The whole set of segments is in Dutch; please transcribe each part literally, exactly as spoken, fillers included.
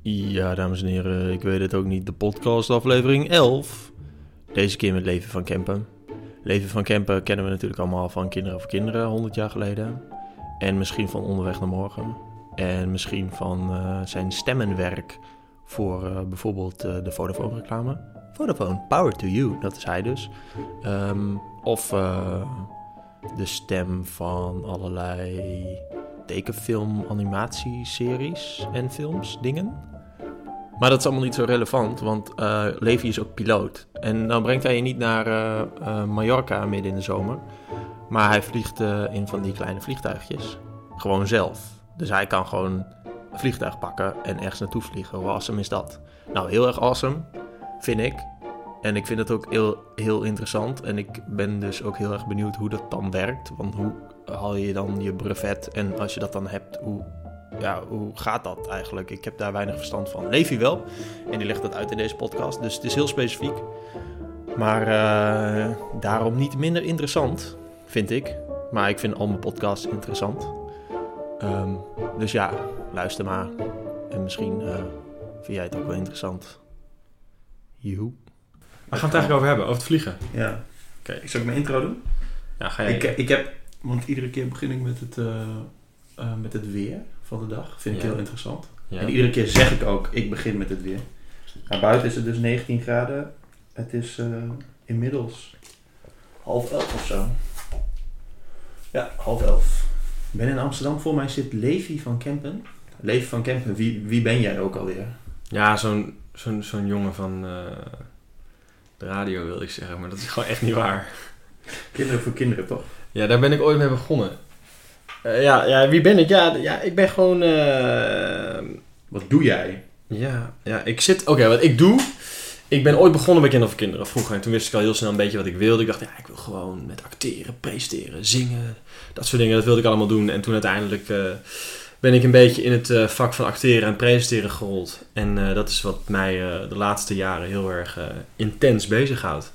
Ja, dames en heren, ik weet het ook niet. De podcast aflevering elf. Deze keer met Leven van Kempen. Leven van Kempen kennen we natuurlijk allemaal van Kinderen voor Kinderen, honderd jaar geleden. En misschien van Onderweg naar Morgen. En misschien van uh, zijn stemmenwerk voor uh, bijvoorbeeld uh, de Vodafone reclame. Vodafone, power to you, dat is hij dus. Um, of uh, de stem van allerlei tekenfilm, animatieseries en films, dingen. Maar dat is allemaal niet zo relevant, want uh, Levi is ook piloot. En dan brengt hij je niet naar uh, uh, Mallorca midden in de zomer. Maar hij vliegt uh, in van die kleine vliegtuigjes. Gewoon zelf. Dus hij kan gewoon een vliegtuig pakken en ergens naartoe vliegen. Hoe awesome is dat? Nou, heel erg awesome, vind ik. En ik vind het ook heel, heel interessant. En ik ben dus ook heel erg benieuwd hoe dat dan werkt. Want hoe haal je dan je brevet? En als je dat dan hebt, hoe... Ja, hoe gaat dat eigenlijk? Ik heb daar weinig verstand van. Levi wel. En die legt dat uit in deze podcast. Dus het is heel specifiek. Maar uh, daarom niet minder interessant, vind ik. Maar ik vind al mijn podcasts interessant. Um, dus ja, luister maar. En misschien uh, vind jij het ook wel interessant. Joe. Waar gaan we het eigenlijk over hebben? Over het vliegen? Ja. Oké, okay. Zal ik mijn intro doen? Ja, ga je. Ik, ik heb, want iedere keer begin ik met het, uh, uh, met het weer van de dag. Vind ik ja. heel interessant. Ja. En iedere keer zeg ik ook, ik begin met het weer. Maar buiten is het dus negentien graden. Het is uh, inmiddels half elf of zo. Ja, half elf. Ik ben in Amsterdam. Voor mij zit Levi van Kempen. Levi van Kempen, wie, wie ben jij ook alweer? Ja, zo'n, zo'n, zo'n jongen van uh, de radio wil ik zeggen. Maar dat is gewoon echt niet waar. Kinderen voor Kinderen, toch? Ja, daar ben ik ooit mee begonnen. Uh, ja, ja, wie ben ik? Ja, ja ik ben gewoon... Uh... Wat doe jij? Ja, ja ik zit... Oké, okay, wat ik doe... Ik ben ooit begonnen bij Kinderen voor Kinderen vroeger. En toen wist ik al heel snel een beetje wat ik wilde. Ik dacht, ja, ik wil gewoon met acteren, presenteren, zingen. Dat soort dingen, dat wilde ik allemaal doen. En toen uiteindelijk uh, ben ik een beetje in het uh, vak van acteren en presenteren gerold. En uh, dat is wat mij uh, de laatste jaren heel erg uh, intens bezighoudt.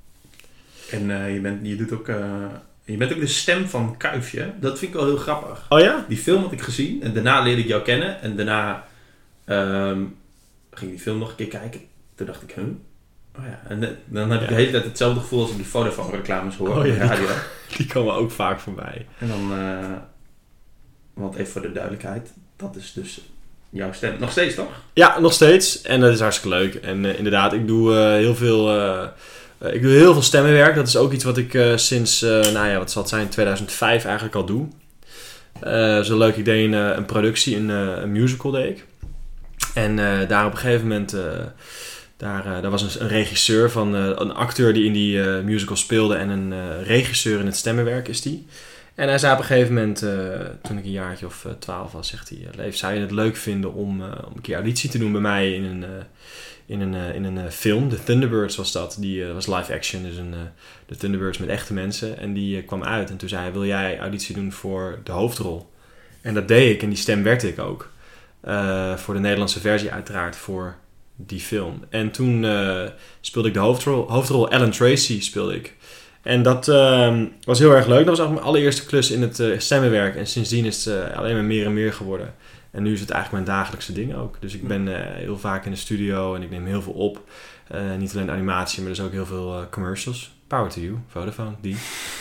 En uh, je, bent, je doet ook... Uh... Je bent ook de stem van Kuifje. Dat vind ik wel heel grappig. Oh ja? Die film had ik gezien. En daarna leerde ik jou kennen. En daarna um, ging ik die film nog een keer kijken. Toen dacht ik, huh? Oh ja. En de, dan heb je ja. de hele tijd hetzelfde gevoel als ik die Vodafone reclames hoor. Oh ja, de radio. Die, die komen ook vaak voorbij. En dan... Uh, want even voor de duidelijkheid. Dat is dus jouw stem. Nog steeds, toch? Ja, nog steeds. En dat is hartstikke leuk. En uh, inderdaad, ik doe uh, heel veel... Uh, Uh, ik doe heel veel stemmenwerk. Dat is ook iets wat ik uh, sinds, uh, nou ja, wat zal het zijn, tweeduizend vijf eigenlijk al doe. Uh, zo leuk, ik deed een, uh, een productie, een, uh, een musical deed ik. En uh, daar op een gegeven moment, uh, daar, uh, daar was een, een regisseur van, uh, een acteur die in die uh, musical speelde en een uh, regisseur in het stemmenwerk is die. En hij zei op een gegeven moment, uh, toen ik een jaartje of twaalf was, zegt hij, Leef, zou je het leuk vinden om, uh, om een keer auditie te doen bij mij in een... Uh, In een, uh, in een uh, film, The Thunderbirds was dat. Die uh, was live action, dus een, uh, The Thunderbirds met echte mensen. En die uh, kwam uit en toen zei hij, wil jij auditie doen voor de hoofdrol? En dat deed ik en die stem werd ik ook. Uh, voor de Nederlandse versie uiteraard voor die film. En toen uh, speelde ik de hoofdrol. Hoofdrol Ellen Tracy speelde ik. En dat uh, was heel erg leuk. Dat was eigenlijk mijn allereerste klus in het uh, stemmenwerk. En sindsdien is het uh, alleen maar meer en meer geworden. En nu is het eigenlijk mijn dagelijkse ding ook. Dus ik ben uh, heel vaak in de studio en ik neem heel veel op. Uh, niet alleen animatie, maar dus ook heel veel uh, commercials. Power to you, Vodafone, die.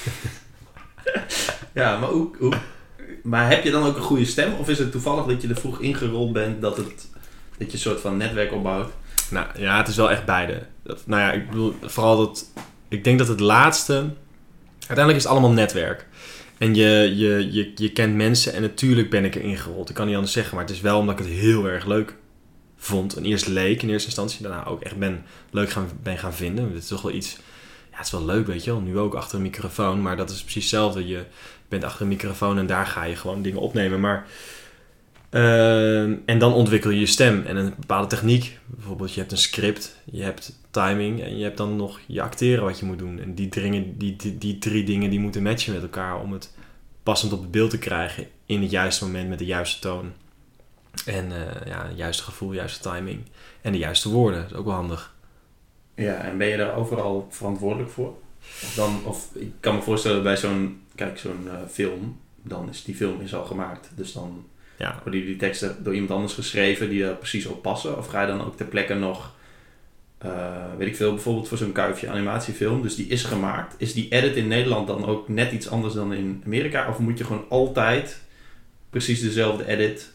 Ja, maar, hoe, hoe, maar heb je dan ook een goede stem? Of is het toevallig dat je er vroeg ingerold bent dat, het, dat je een soort van netwerk opbouwt? Nou ja, het is wel echt beide. Dat, nou ja, ik bedoel vooral dat... Ik denk dat het laatste... Uiteindelijk is het allemaal netwerk. En je, je, je, je kent mensen en natuurlijk ben ik erin gerold. Ik kan niet anders zeggen, maar het is wel omdat ik het heel erg leuk vond. En eerst leek in eerste instantie, daarna ook echt ben leuk gaan, ben gaan vinden. Het is toch wel iets, ja het is wel leuk weet je wel. Nu ook achter een microfoon, maar dat is precies hetzelfde. Je bent achter een microfoon en daar ga je gewoon dingen opnemen. Maar, uh, en dan ontwikkel je je stem en een bepaalde techniek. Bijvoorbeeld je hebt een script, je hebt timing en je hebt dan nog je acteren wat je moet doen. En die, dringen, die, die, die drie dingen die moeten matchen met elkaar om het passend op het beeld te krijgen in het juiste moment met de juiste toon. En uh, ja, het juiste gevoel, juiste timing en de juiste woorden. Dat is ook wel handig. Ja, en ben je daar overal verantwoordelijk voor? Of, dan, of ik kan me voorstellen bij zo'n, kijk, zo'n uh, film, dan is die film is al gemaakt. Dus dan Ja. Worden die teksten door iemand anders geschreven die er precies op passen? Of ga je dan ook ter plekke nog, uh, weet ik veel, bijvoorbeeld voor zo'n kuifje animatiefilm, dus die is gemaakt. Is die edit in Nederland dan ook net iets anders dan in Amerika? Of moet je gewoon altijd precies dezelfde edit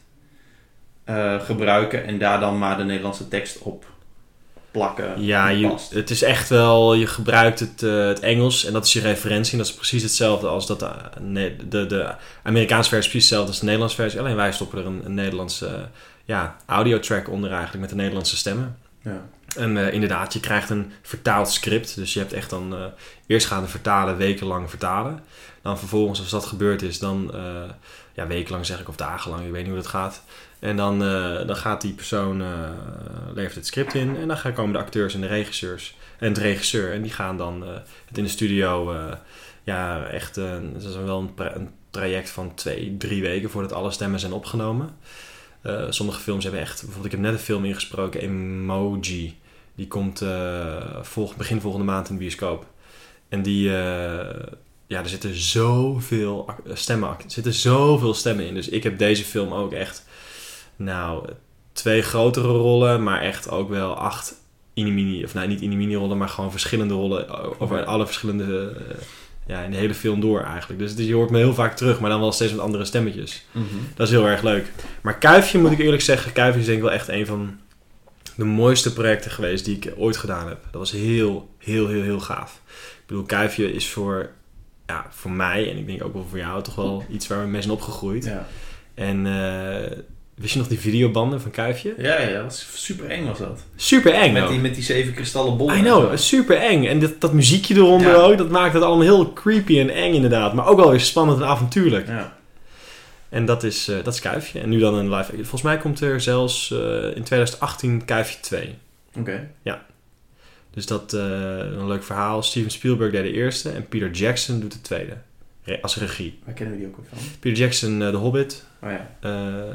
uh, gebruiken en daar dan maar de Nederlandse tekst op plakken? Ja, je, het is echt wel, je gebruikt het, uh, het Engels en dat is je referentie. En dat is precies hetzelfde als dat de, de, de, de Amerikaanse versie, precies hetzelfde als de Nederlandse versie. Alleen wij stoppen er een, een Nederlandse uh, ja, audiotrack onder eigenlijk met de Nederlandse stemmen. Ja. En uh, inderdaad, je krijgt een vertaald script. Dus je hebt echt dan uh, eerst gaan vertalen, wekenlang vertalen. Dan vervolgens, als dat gebeurd is, dan uh, ja, wekenlang zeg ik of dagenlang, ik weet niet hoe dat gaat. En dan, uh, dan gaat die persoon, uh, levert het script in. En dan gaan komen de acteurs en de regisseurs. En de regisseur. En die gaan dan uh, het in de studio, uh, ja echt, uh, dat is wel een, pra- een traject van twee, drie weken voordat alle stemmen zijn opgenomen. Uh, sommige films hebben echt, bijvoorbeeld ik heb net een film ingesproken, Emoji. Die komt uh, volg, begin volgende maand in de bioscoop. En die, uh, ja, er zitten zoveel stemmen, er zitten zoveel stemmen in. Dus ik heb deze film ook echt, nou, twee grotere rollen, maar echt ook wel acht inimini, of nou niet inimini rollen, maar gewoon verschillende rollen over ja. alle verschillende, uh, ja, in de hele film door eigenlijk. Dus, dus je hoort me heel vaak terug, maar dan wel steeds met andere stemmetjes. Mm-hmm. Dat is heel erg leuk. Maar Kuifje, moet ik eerlijk zeggen, Kuifje is denk ik wel echt een van de mooiste projecten geweest die ik ooit gedaan heb. Dat was heel, heel, heel, heel gaaf. Ik bedoel, Kuifje is voor, ja, voor mij, en ik denk ook wel voor jou, toch wel iets waar we mee zijn opgegroeid. Ja. En uh, wist je nog die videobanden van Kuifje? Ja, ja, dat was super eng was dat. Super eng met die, met die zeven kristallen bollen. I know, super eng. En dat, dat muziekje eronder ja. ook, dat maakt het allemaal heel creepy en eng inderdaad. Maar ook wel weer spannend en avontuurlijk. Ja. En dat is, uh, dat is Kuifje. En nu dan een live. Volgens mij komt er zelfs uh, in twintig achttien Kuifje twee. Oké. Okay. Ja. Dus dat uh, een leuk verhaal. Steven Spielberg deed de eerste en Peter Jackson doet de tweede. Re- als regie. Waar kennen we die ook weer van? Peter Jackson, uh, The Hobbit. Oh ja. Uh,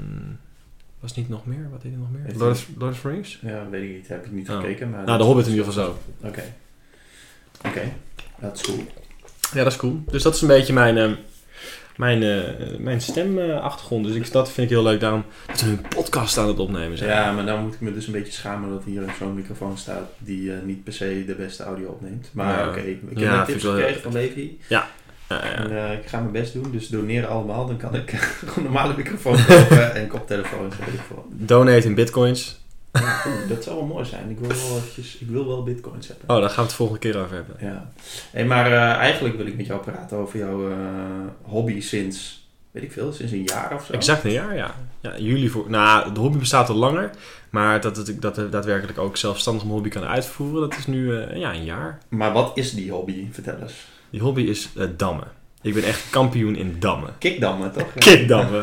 was niet nog meer? Wat deed hij nog meer? Lord of, Lord of the Rings? Ja, weet ik niet. Heb ik niet oh. gekeken. Maar nou, The Hobbit in ieder geval zo. Oké. Okay. Oké. Okay. Dat is cool. Ja, dat is cool. Dus dat is een beetje mijn... Uh, Mijn, uh, mijn stemachtergrond. Uh, dus ik, dat vind ik heel leuk. Daarom dat we een podcast aan het opnemen zijn. Ja, maar dan moet ik me dus een beetje schamen dat hier zo'n microfoon staat die uh, niet per se de beste audio opneemt. Maar ja. oké, okay, ik heb ja, tips gekregen heel... van Levi. Ja. Ja, ja. En, uh, ik ga mijn best doen, dus doneren allemaal. Dan kan ik gewoon een normale microfoon kopen en koptelefoons. Donate in bitcoins. Ja, oe, dat zou wel mooi zijn. Ik wil wel, eventjes, ik wil wel bitcoins hebben. Oh, daar gaan we het de volgende keer over hebben. Ja. Hey, maar uh, eigenlijk wil ik met jou praten over jouw uh, hobby sinds, weet ik veel, sinds een jaar of zo. Exact een jaar, ja. ja juli voor, nou, de hobby bestaat al langer. Maar dat, het, dat het daadwerkelijk ook zelfstandig mijn hobby kan uitvoeren, dat is nu uh, ja, een jaar. Maar wat is die hobby? Vertel eens. Die hobby is uh, dammen. Ik ben echt kampioen in dammen. Kikdammen, toch? Ja. Kikdammen.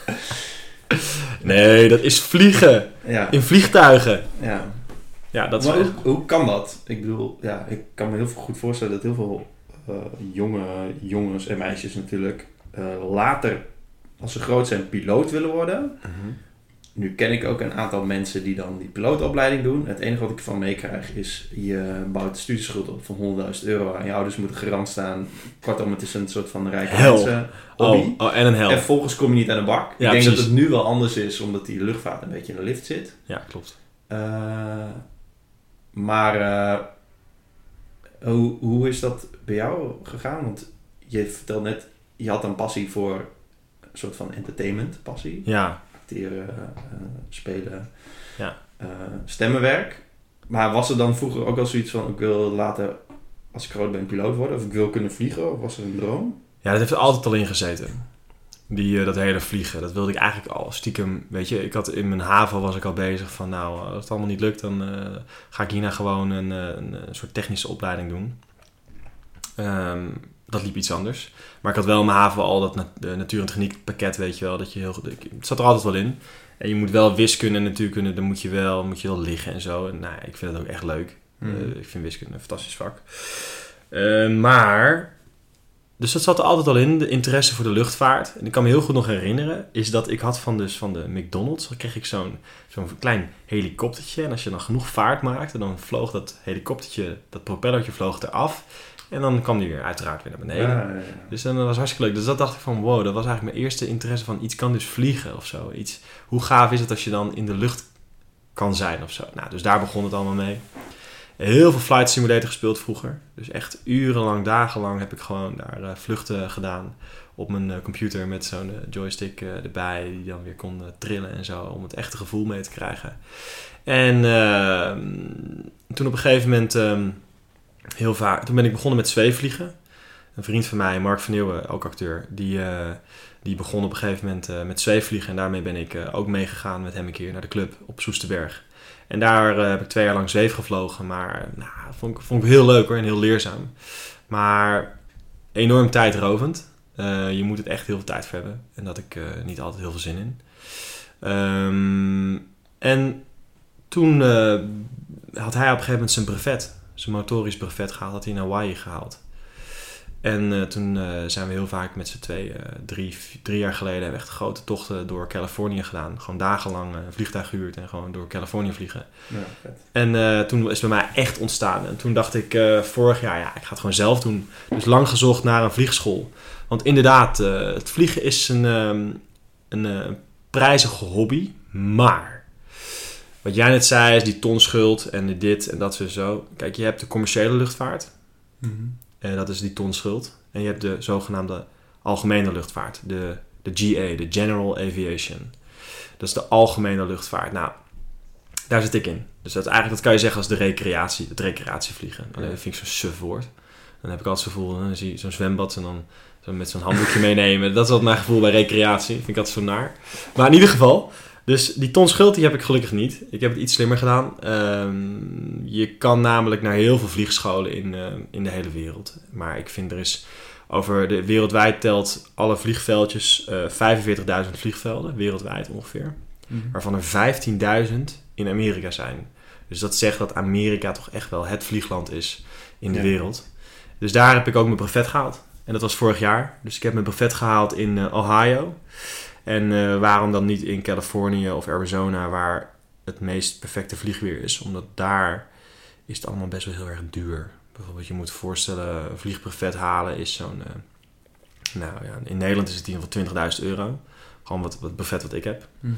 Nee, dat is vliegen. Ja. In vliegtuigen. Ja. Ja, dat is maar wel... hoe, hoe kan dat? Ik bedoel, ja, ik kan me heel goed voorstellen dat heel veel uh, jonge jongens en meisjes natuurlijk uh, later, als ze groot zijn, piloot willen worden. Mm-hmm. Nu ken ik ook een aantal mensen die dan die pilootopleiding doen. Het enige wat ik ervan meekrijg is, je bouwt de studieschuld op van honderdduizend euro. En je ouders moeten garant staan. Kortom, het is een soort van rijke hel. mensen hobby. Oh, oh, en een hel. En vervolgens kom je niet aan de bak. Ja, ik denk precies. dat het nu wel anders is, omdat die luchtvaart een beetje in de lift zit. Ja, klopt. Uh, maar uh, hoe, hoe is dat bij jou gegaan? Want je vertelt net, je had een passie voor een soort van entertainment passie. Ja. Acteren, uh, spelen, ja. uh, stemmenwerk. Maar was er dan vroeger ook al zoiets van, ik wil later, als ik groot ben, piloot worden? Of ik wil kunnen vliegen? Of was er een droom? Ja, dat heeft er altijd al in gezeten. Die, uh, dat hele vliegen, dat wilde ik eigenlijk al stiekem, weet je. Ik had in mijn HAVO was ik al bezig van, nou, als het allemaal niet lukt, dan uh, ga ik hierna gewoon een, een, een soort technische opleiding doen. Um, dat liep iets anders. Maar ik had wel in mijn HAVO al dat nat- de natuur- en techniek pakket, weet je wel. Dat je heel, het zat er altijd wel in. En je moet wel wiskunde en natuurkunde, dan moet je wel, moet je wel liggen en zo. En nou, ik vind het ook echt leuk. Mm. Uh, ik vind wiskunde een fantastisch vak. Uh, maar... Dus dat zat er altijd al in, de interesse voor de luchtvaart. En ik kan me heel goed nog herinneren, is dat ik had van, dus van de McDonald's, dan kreeg ik zo'n, zo'n klein helikoptertje. En als je dan genoeg vaart maakte, dan vloog dat helikoptertje, dat propellertje vloog eraf. En dan kwam die weer uiteraard weer naar beneden. Ja, ja, ja. Dus dan was het hartstikke leuk. Dus dat dacht ik van wow, dat was eigenlijk mijn eerste interesse van iets kan dus vliegen of zo. Iets, hoe gaaf is het als je dan in de lucht kan zijn of zo. Nou, dus daar begon het allemaal mee. Heel veel Flight Simulator gespeeld vroeger. Dus echt urenlang, dagenlang heb ik gewoon daar uh, vluchten gedaan. Op mijn uh, computer met zo'n uh, joystick uh, erbij. Die dan weer kon uh, trillen en zo. Om het echte gevoel mee te krijgen. En uh, toen op een gegeven moment... Um, heel vaak, toen ben ik begonnen met zweefvliegen. Een vriend van mij, Mark van Nieuwen, ook acteur. Die, uh, die begon op een gegeven moment uh, met zweefvliegen. En daarmee ben ik uh, ook meegegaan met hem een keer naar de club op Soesterberg. En daar uh, heb ik twee jaar lang zweef gevlogen. Maar nou, vond, ik, vond ik heel leuk hoor en heel leerzaam. Maar enorm tijdrovend. Uh, je moet het echt heel veel tijd voor hebben. En dat ik uh, niet altijd heel veel zin in. Um, en toen uh, had hij op een gegeven moment zijn brevet. Zijn motorisch brevet gehaald. Had hij in Hawaii gehaald. En uh, toen uh, zijn we heel vaak met z'n twee, uh, drie, drie jaar geleden, hebben we echt grote tochten door Californië gedaan. Gewoon dagenlang uh, een vliegtuig gehuurd en gewoon door Californië vliegen. Ja, vet. En uh, toen is het bij mij echt ontstaan. En toen dacht ik uh, vorig jaar, ja, ik ga het gewoon zelf doen. Dus lang gezocht naar een vliegschool. Want inderdaad, uh, het vliegen is een, um, een uh, prijzige hobby. Maar, wat jij net zei, is die tonschuld en dit en dat zo. Kijk, je hebt de commerciële luchtvaart. Mm-hmm. En dat is die tonschuld. En je hebt de zogenaamde algemene luchtvaart. De, de G A, de General Aviation. Dat is de algemene luchtvaart. Nou, daar zit ik in. Dus dat, eigenlijk, dat kan je zeggen als de recreatie, het recreatievliegen. Alleen dat vind ik zo'n suf woord. Dan heb ik altijd het gevoel, dan zie je zo'n zwembad en dan zo met zo'n handdoekje meenemen. Dat is wat mijn gevoel bij recreatie. Vind ik altijd zo naar. Maar in ieder geval... Dus die tonschuld die heb ik gelukkig niet. Ik heb het iets slimmer gedaan. Um, je kan namelijk naar heel veel vliegscholen in, uh, in de hele wereld. Maar ik vind er is over de wereldwijd telt alle vliegveldjes uh, vijfenveertigduizend vliegvelden. Wereldwijd ongeveer. Mm-hmm. Waarvan er vijftienduizend in Amerika zijn. Dus dat zegt dat Amerika toch echt wel het vliegland is in de ja. wereld. Dus daar heb ik ook mijn brevet gehaald. En dat was vorig jaar. Dus ik heb mijn brevet gehaald in uh, Ohio. En uh, waarom dan niet in Californië of Arizona, waar het meest perfecte vliegweer is? Omdat daar is het allemaal best wel heel erg duur. Bijvoorbeeld, je moet je voorstellen, een vliegbrevet halen is zo'n... Uh, nou ja, in Nederland is het in ieder geval twintigduizend euro. Gewoon wat, wat brevet wat ik heb. Mm-hmm.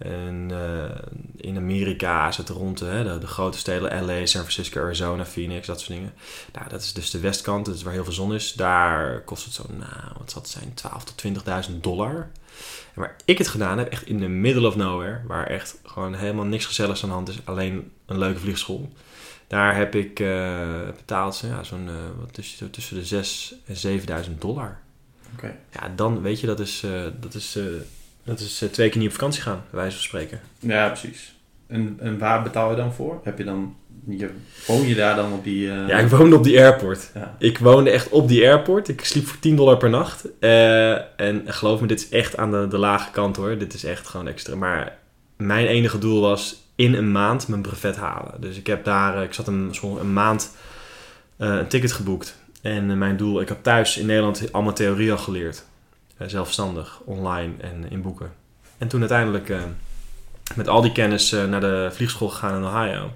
En uh, in Amerika is het rond de, de, de grote steden, L A, San Francisco, Arizona, Phoenix, dat soort dingen. Nou, dat is dus de westkant, dat is waar heel veel zon is. Daar kost het zo, nou, wat zal het zijn, twaalf tot twintigduizend dollar. En waar ik het gedaan heb, echt in the middle of nowhere, waar echt gewoon helemaal niks gezelligs aan de hand is, alleen een leuke vliegschool. Daar heb ik uh, betaald ja, zo'n uh, wat tussen, tussen de zesduizend en zevenduizend dollar. Okay. Ja, dan weet je, dat is, uh, dat is, uh, dat is uh, twee keer niet op vakantie gaan, bij wijze van spreken. Ja, precies. En, en waar betaal je dan voor? Heb je dan, je, woon je daar dan op die... Uh... Ja, ik woonde op die airport. Ja. Ik woonde echt op die airport. Ik sliep voor tien dollar per nacht. Uh, en geloof me, dit is echt aan de, de lage kant hoor. Dit is echt gewoon extra. Maar mijn enige doel was in een maand mijn brevet halen. Dus ik heb daar, ik zat een, een maand uh, een ticket geboekt. En uh, mijn doel, ik heb thuis in Nederland allemaal theorie al geleerd. Uh, zelfstandig, online en in boeken. En toen uiteindelijk uh, met al die kennis uh, naar de vliegschool gegaan in Ohio.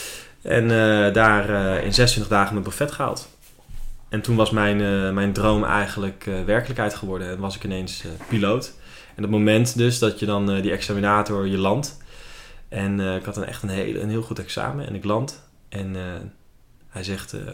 En uh, daar uh, in zesentwintig dagen mijn brevet gehaald. En toen was mijn, uh, mijn droom eigenlijk uh, werkelijkheid geworden. En was ik ineens uh, piloot. En op het moment dus dat je dan uh, die examinator je landt. En uh, ik had dan echt een, hele, een heel goed examen. En ik land. En uh, hij zegt... Uh,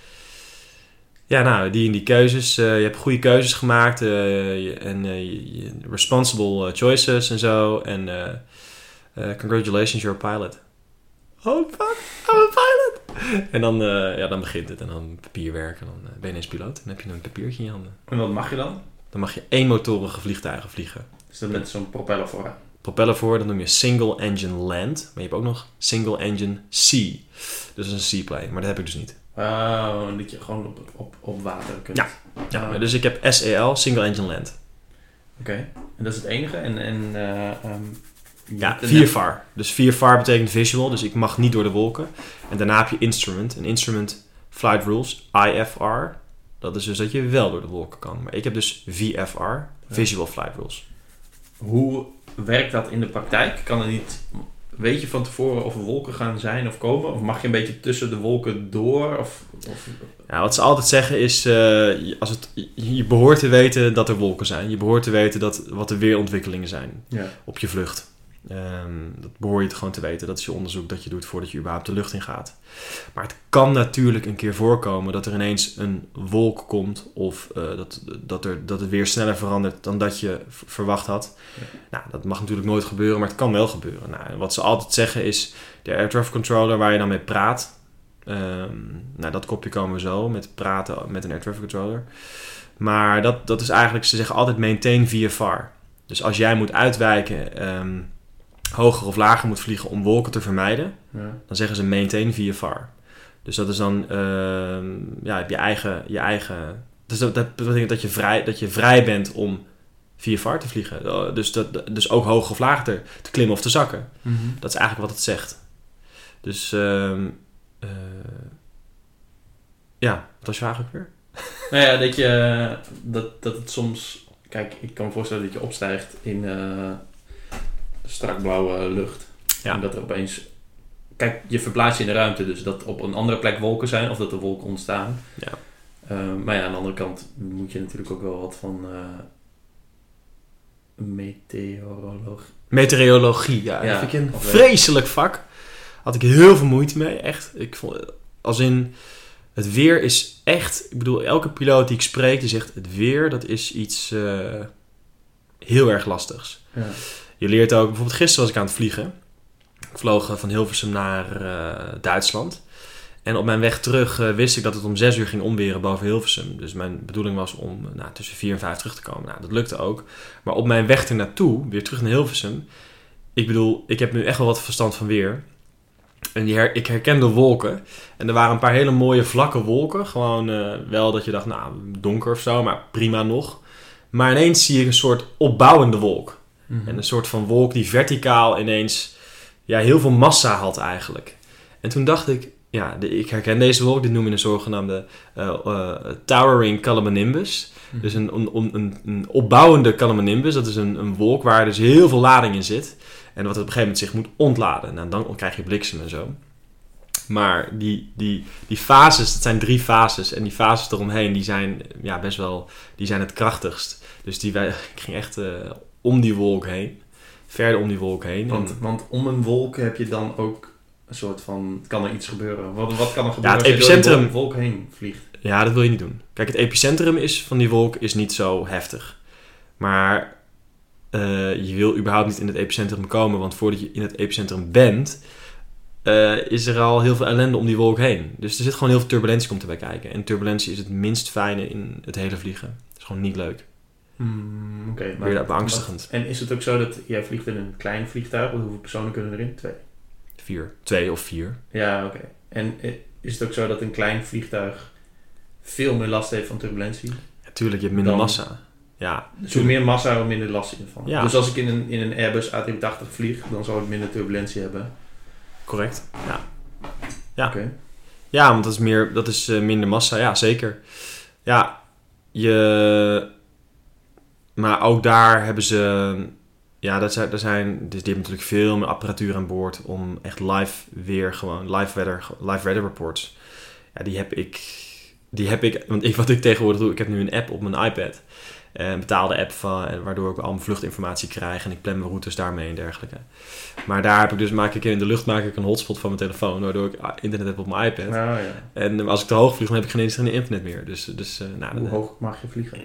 ja, nou, die en die keuzes. Uh, je hebt goede keuzes gemaakt. Uh, je, en uh, je, responsible uh, choices en zo. En uh, uh, congratulations, you're a pilot. Oh fuck, I'm a pilot! En dan, uh, ja, dan begint het. En dan papierwerk. En dan uh, ben je ineens piloot. En dan heb je een papiertje in je handen. En wat mag je dan? Dan mag je eenmotorige vliegtuigen vliegen. Dus dat met zo'n propeller voor? Propeller voor, dat noem je single engine land. Maar je hebt ook nog single engine sea. Dus dat is een seaplane. Maar dat heb ik dus niet. Oh, dat je gewoon op, op, op water kunt. Ja, ja uh, dus ik heb S E L, single engine land. Oké, okay. En dat is het enige? En, en, uh, um, ja, vier V A R. Dus vier V A R betekent visual, dus ik mag niet door de wolken. En daarna heb je instrument. En instrument flight rules, I F R. Dat is dus dat je wel door de wolken kan. Maar ik heb dus V F R, visual flight rules. Hoe werkt dat in de praktijk? Kan er niet... Weet je van tevoren of er wolken gaan zijn of komen? Of mag je een beetje tussen de wolken door? Of, of... Ja, wat ze altijd zeggen is, uh, als het, je behoort te weten dat er wolken zijn. Je behoort te weten dat, wat de weerontwikkelingen zijn ja. op je vlucht. Um, dat behoor je te gewoon te weten. Dat is je onderzoek dat je doet voordat je überhaupt de lucht in gaat. Maar het kan natuurlijk een keer voorkomen dat er ineens een wolk komt of uh, dat, dat, er, dat het weer sneller verandert dan dat je v- verwacht had. Ja. Nou, dat mag natuurlijk nooit gebeuren, maar het kan wel gebeuren. Nou, wat ze altijd zeggen is, de air traffic controller waar je dan mee praat, um, nou dat kopje komen we zo, met praten met een air traffic controller. Maar dat, dat is eigenlijk, ze zeggen altijd maintain V F R. Dus als jij moet uitwijken, um, hoger of lager moet vliegen om wolken te vermijden, ja. dan zeggen ze maintain V F R. Dus dat is dan uh, ja, je eigen, je eigen. Dus dat, dat betekent dat je vrij, dat je vrij bent om V F R te vliegen. Dus, dat, dus ook hoger of lager te, te klimmen of te zakken. Mm-hmm. Dat is eigenlijk wat het zegt. Dus uh, uh, ja, wat was je vraag ook weer? Nou ja, dat je dat, dat het soms. Kijk, ik kan me voorstellen dat je opstijgt in uh, strak blauwe lucht. Ja. En dat er opeens... Kijk, je verplaatst je in de ruimte. Dus dat op een andere plek wolken zijn. Of dat er wolken ontstaan. Ja. Uh, maar ja, aan de andere kant moet je natuurlijk ook wel wat van... Uh, meteorologie. Meteorologie, ja. ja. Dat vind ik een vreselijk vak. Had ik heel veel moeite mee. Echt. Ik vond... Als in... Het weer is echt... Ik bedoel, elke piloot die ik spreek, die zegt... Het weer, dat is iets uh, heel erg lastigs. Ja. Je leert ook... Bijvoorbeeld gisteren was ik aan het vliegen. Ik vloog van Hilversum naar uh, Duitsland. En op mijn weg terug uh, wist ik dat het om zes uur ging omweren boven Hilversum. Dus mijn bedoeling was om uh, nou, tussen vier en vijf terug te komen. Nou, dat lukte ook. Maar op mijn weg ernaartoe, weer terug naar Hilversum... Ik bedoel, ik heb nu echt wel wat verstand van weer... En die her, ik herkende wolken. En er waren een paar hele mooie vlakke wolken. Gewoon uh, wel dat je dacht, nou, donker of zo, maar prima nog. Maar ineens zie ik een soort opbouwende wolk. Mm-hmm. En een soort van wolk die verticaal ineens ja, heel veel massa had eigenlijk. En toen dacht ik, ja, de, ik herken deze wolk. Dit noem je een zogenaamde uh, uh, towering cumulonimbus. Mm-hmm. Dus een, een, een, een opbouwende cumulonimbus. Dat is een, een wolk waar dus heel veel lading in zit. En wat op een gegeven moment zich moet ontladen. Nou, dan krijg je bliksem en zo. Maar die, die, die fases, dat zijn drie fases. En die fases eromheen, die zijn ja, best wel, die zijn het krachtigst. Dus die, ik ging echt uh, om die wolk heen. Verder om die wolk heen. Want, en, want om een wolk heb je dan ook een soort van, kan er iets gebeuren? Wat, wat kan er gebeuren ja, het als je epicentrum, door die wolk heen vliegt? Ja, dat wil je niet doen. Kijk, het epicentrum is, van die wolk is niet zo heftig. Maar... Uh, je wil überhaupt niet in het epicentrum komen, want voordat je in het epicentrum bent, uh, is er al heel veel ellende om die wolk heen. Dus er zit gewoon heel veel turbulentie komt erbij kijken. En turbulentie is het minst fijne in het hele vliegen. Het is gewoon niet leuk. Mm, Oké. Okay, maar beangstigend. En is het ook zo dat jij vliegt in een klein vliegtuig? Hoeveel personen kunnen erin? Twee? Vier. Twee of vier. Ja, oké. Okay. En is het ook zo dat een klein vliegtuig veel meer last heeft van turbulentie? Natuurlijk, ja, je hebt minder dan... massa. Ja, dus hoe meer massa, hoe minder last hiervan. Ja. Dus als ik in een, in een Airbus A driehonderdtachtig vlieg, dan zal ik minder turbulentie hebben. Correct, ja. Ja, okay. Ja, want dat is, meer, dat is uh, minder massa, ja, zeker. Ja, je... Maar ook daar hebben ze... Ja, dat zijn, dat zijn, dus die hebben natuurlijk veel meer apparatuur aan boord om echt live weer gewoon, live weather, live weather reports. Ja, die heb ik... Die heb ik, want ik, wat ik tegenwoordig doe, ik heb nu een app op mijn iPad. Een betaalde app van, waardoor ik al mijn vluchtinformatie krijg en ik plan mijn routes daarmee en dergelijke. Maar daar heb ik dus, maak ik in de lucht maak ik een hotspot van mijn telefoon, waardoor ik internet heb op mijn iPad. Oh, ja. En als ik te hoog vlieg, dan heb ik geen eens geen internet meer. Dus, dus, uh, nou, Hoe dan, hoog mag je vliegen?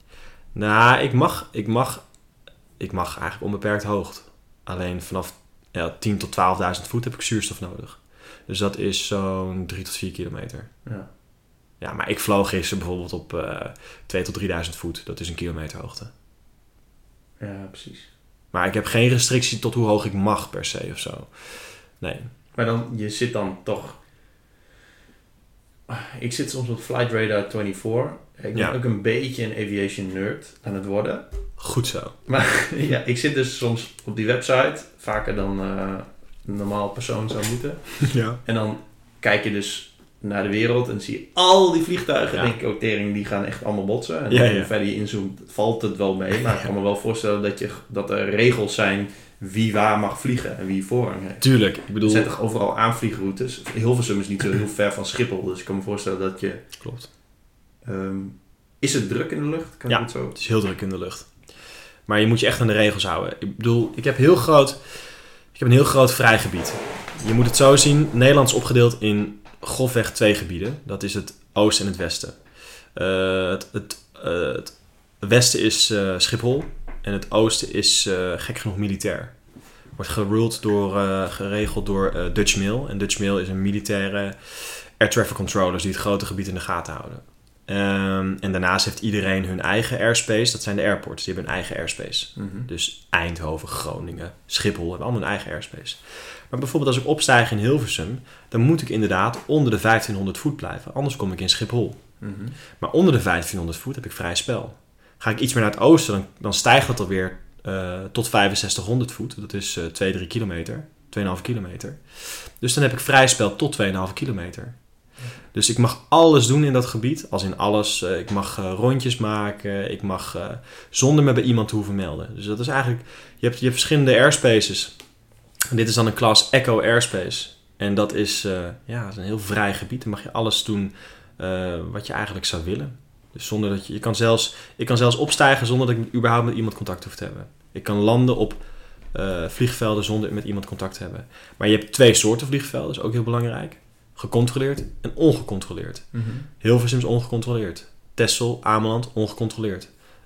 Nou, ik mag, ik mag, ik mag eigenlijk onbeperkt hoog. Alleen vanaf ja, tien tot twaalfduizend voet heb ik zuurstof nodig. Dus dat is zo'n drie tot vier kilometer. Ja. Ja, maar ik vloog gisteren bijvoorbeeld op uh, twee tot drieduizend voet. Dat is een kilometer hoogte. Ja, precies. Maar ik heb geen restrictie tot hoe hoog ik mag per se of zo. Nee. Maar dan, je zit dan toch... Ik zit soms op Flight Radar vierentwintig. Ik ben ja. ook een beetje een aviation nerd aan het worden. Goed zo. Maar ja, ik zit dus soms op die website. Vaker dan uh, een normaal persoon zou moeten. Ja. En dan kijk je dus naar de wereld en zie je al die vliegtuigen. Ja. Denk ik ook, tering, die gaan echt allemaal botsen. En ja, hoe ja. verder je inzoomt, valt het wel mee. Maar ik kan me wel voorstellen dat, je, dat er regels zijn wie waar mag vliegen en wie voorrang heeft. Tuurlijk. Ik bedoel... Er zijn toch overal aanvliegroutes. Hilversum is niet zo heel ver van Schiphol, dus ik kan me voorstellen dat je... Klopt. Um, is het druk in de lucht? Kan ja, het, zo? Het is heel druk in de lucht. Maar je moet je echt aan de regels houden. Ik bedoel, ik heb heel groot... Ik heb een heel groot vrijgebied. Je moet het zo zien. Nederland is opgedeeld in grofweg twee gebieden. Dat is het oosten en het westen. Uh, het, het, uh, het westen is uh, Schiphol. En het oosten is uh, gek genoeg militair. Wordt geruled door, uh, geregeld door uh, Dutch Mail. En Dutch Mail is een militaire air traffic controllers die het grote gebied in de gaten houden. Um, en daarnaast heeft iedereen hun eigen airspace. Dat zijn de airports. Die hebben hun eigen airspace. Mm-hmm. Dus Eindhoven, Groningen, Schiphol hebben allemaal hun eigen airspace. Maar bijvoorbeeld als ik opstijg in Hilversum, dan moet ik inderdaad onder de vijftienhonderd voet blijven. Anders kom ik in Schiphol. Mm-hmm. Maar onder de vijftienhonderd voet heb ik vrij spel. Ga ik iets meer naar het oosten, dan, dan stijgt dat alweer uh, tot vijfenzestighonderd voet. Dat is uh, twee, drie kilometer. twee komma vijf kilometer. Dus dan heb ik vrij spel tot twee komma vijf kilometer. Dus ik mag alles doen in dat gebied. Als in alles. Uh, ik mag uh, rondjes maken. Ik mag uh, zonder me bij iemand te hoeven melden. Dus dat is eigenlijk... Je hebt, je hebt verschillende airspaces. En dit is dan een klas Echo Airspace. En dat is, uh, ja, dat is een heel vrij gebied. Dan mag je alles doen uh, wat je eigenlijk zou willen. Dus zonder dat je... je kan zelfs, ik kan zelfs opstijgen zonder dat ik überhaupt met iemand contact hoef te hebben. Ik kan landen op uh, vliegvelden zonder met iemand contact te hebben. Maar je hebt twee soorten vliegvelden. Dat is ook heel belangrijk. Gecontroleerd en ongecontroleerd. Mm-hmm. Hilversum is ongecontroleerd. Texel, Ameland, ongecontroleerd.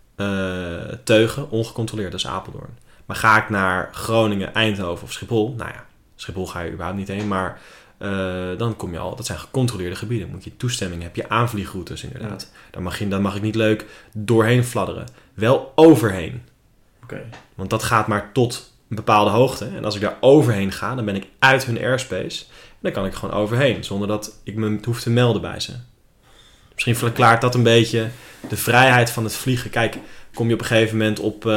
Uh, Teugen, ongecontroleerd. Dat is Apeldoorn. Maar ga ik naar Groningen, Eindhoven of Schiphol... Nou ja, Schiphol ga je überhaupt niet heen. Maar uh, dan kom je al... Dat zijn gecontroleerde gebieden. Moet je toestemming, heb je aanvliegroutes inderdaad. Ja. Dan, mag je, dan mag ik niet leuk doorheen fladderen. Wel overheen. Okay. Want dat gaat maar tot een bepaalde hoogte. En als ik daar overheen ga, dan ben ik uit hun airspace... Dan kan ik gewoon overheen, zonder dat ik me hoef te melden bij ze. Misschien verklaart dat een beetje de vrijheid van het vliegen. Kijk, kom je op een gegeven moment op uh,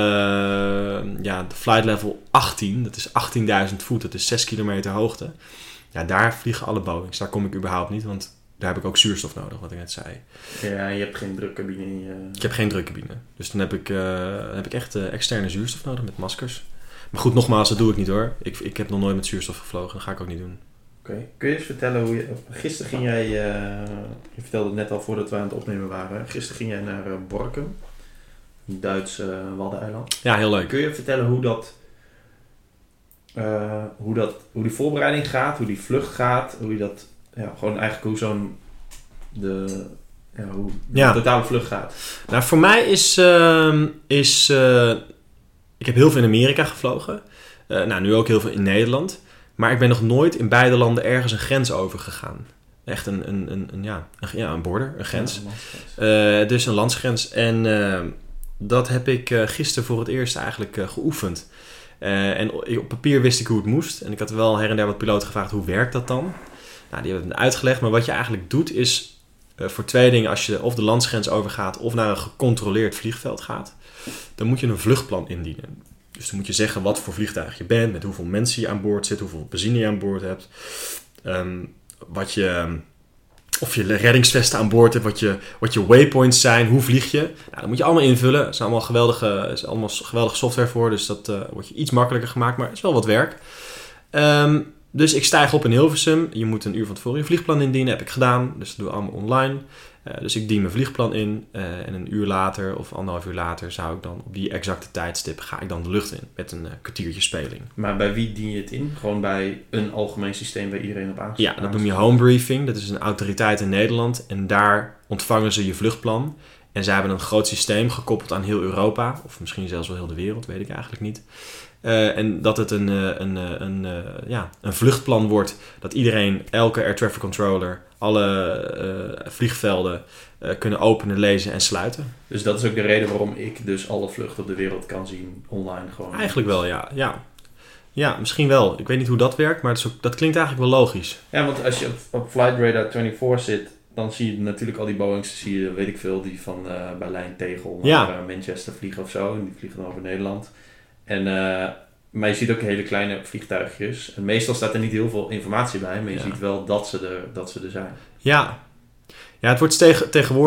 ja, de flight level achttien. Dat is achttienduizend voet, dat is zes kilometer hoogte. Ja, daar vliegen alle Boeings. Daar kom ik überhaupt niet, want daar heb ik ook zuurstof nodig, wat ik net zei. Ja, je hebt geen drukcabine in je... Ik heb geen drukcabine. Dus dan heb ik, uh, dan heb ik echt uh, externe zuurstof nodig met maskers. Maar goed, nogmaals, dat doe ik niet hoor. Ik, ik heb nog nooit met zuurstof gevlogen, dat ga ik ook niet doen. Okay. Kun je eens vertellen hoe je... Gisteren ging jij... Uh, je vertelde het net al voordat we aan het opnemen waren. Gisteren ging jij naar uh, Borkum. Een Duits uh, waddeneiland. Ja, heel leuk. Kun je vertellen hoe dat... Uh, hoe dat... Hoe die voorbereiding gaat. Hoe die vlucht gaat. Hoe je dat... Ja, gewoon eigenlijk hoe zo'n... De... Ja, hoe de ja. totale vlucht gaat. Nou, voor mij is... Uh, is uh, ik heb heel veel in Amerika gevlogen. Uh, nou, nu ook heel veel in Nederland. Maar ik ben nog nooit in beide landen ergens een grens overgegaan. Echt een, een, een, een, ja, een, ja, een border, een grens. Ja, een landsgrens. Uh, dus een landsgrens. En uh, dat heb ik uh, gisteren voor het eerst eigenlijk uh, geoefend. Uh, en op papier wist ik hoe het moest. En ik had wel her en der wat piloten gevraagd, hoe werkt dat dan? Nou, die hebben het uitgelegd. Maar wat je eigenlijk doet is uh, voor twee dingen. Als je of de landsgrens overgaat of naar een gecontroleerd vliegveld gaat. Dan moet je een vluchtplan indienen. Dus dan moet je zeggen wat voor vliegtuig je bent, met hoeveel mensen je aan boord zit, hoeveel benzine je aan boord hebt, um, wat je, of je reddingsvesten aan boord hebt, wat je, wat je waypoints zijn, hoe vlieg je. Nou, dat moet je allemaal invullen. Er is allemaal geweldige, er is allemaal geweldige software voor, dus dat uh, wordt je iets makkelijker gemaakt, maar het is wel wat werk. Um, dus ik stijg op in Hilversum. Je moet een uur van tevoren je vliegplan indienen, heb ik gedaan, dus dat doen we allemaal online. Uh, dus ik dien mijn vliegplan in uh, en een uur later of anderhalf uur later zou ik dan op die exacte tijdstip ga ik dan de lucht in met een uh, kwartiertje speling. Maar bij wie dien je het in? Gewoon bij een algemeen systeem waar iedereen op aansluit? Ja, dat noem je home briefing. Dat is een autoriteit in Nederland en daar ontvangen ze je vluchtplan. En zij hebben een groot systeem gekoppeld aan heel Europa of misschien zelfs wel heel de wereld, weet ik eigenlijk niet. Uh, en dat het een, een, een, een, uh, ja, een vluchtplan wordt dat iedereen, elke air traffic controller, alle uh, vliegvelden uh, kunnen openen, lezen en sluiten. Dus dat is ook de reden waarom ik dus alle vluchten op de wereld kan zien online gewoon? Eigenlijk wel, ja. ja. Ja, misschien wel. Ik weet niet hoe dat werkt, maar dat, is ook, dat klinkt eigenlijk wel logisch. Ja, want als je op, op Flight Radar vierentwintig zit, dan zie je natuurlijk al die Boeings, zie je, weet ik veel, die van uh, Berlijn Tegel naar ja. uh, Manchester vliegen of zo. En die vliegen dan over Nederland. En, uh, maar je ziet ook hele kleine vliegtuigjes. En meestal staat er niet heel veel informatie bij, maar je ja. ziet wel dat ze er, dat ze er zijn. Ja, ja het wordt tegen, tegenwoordig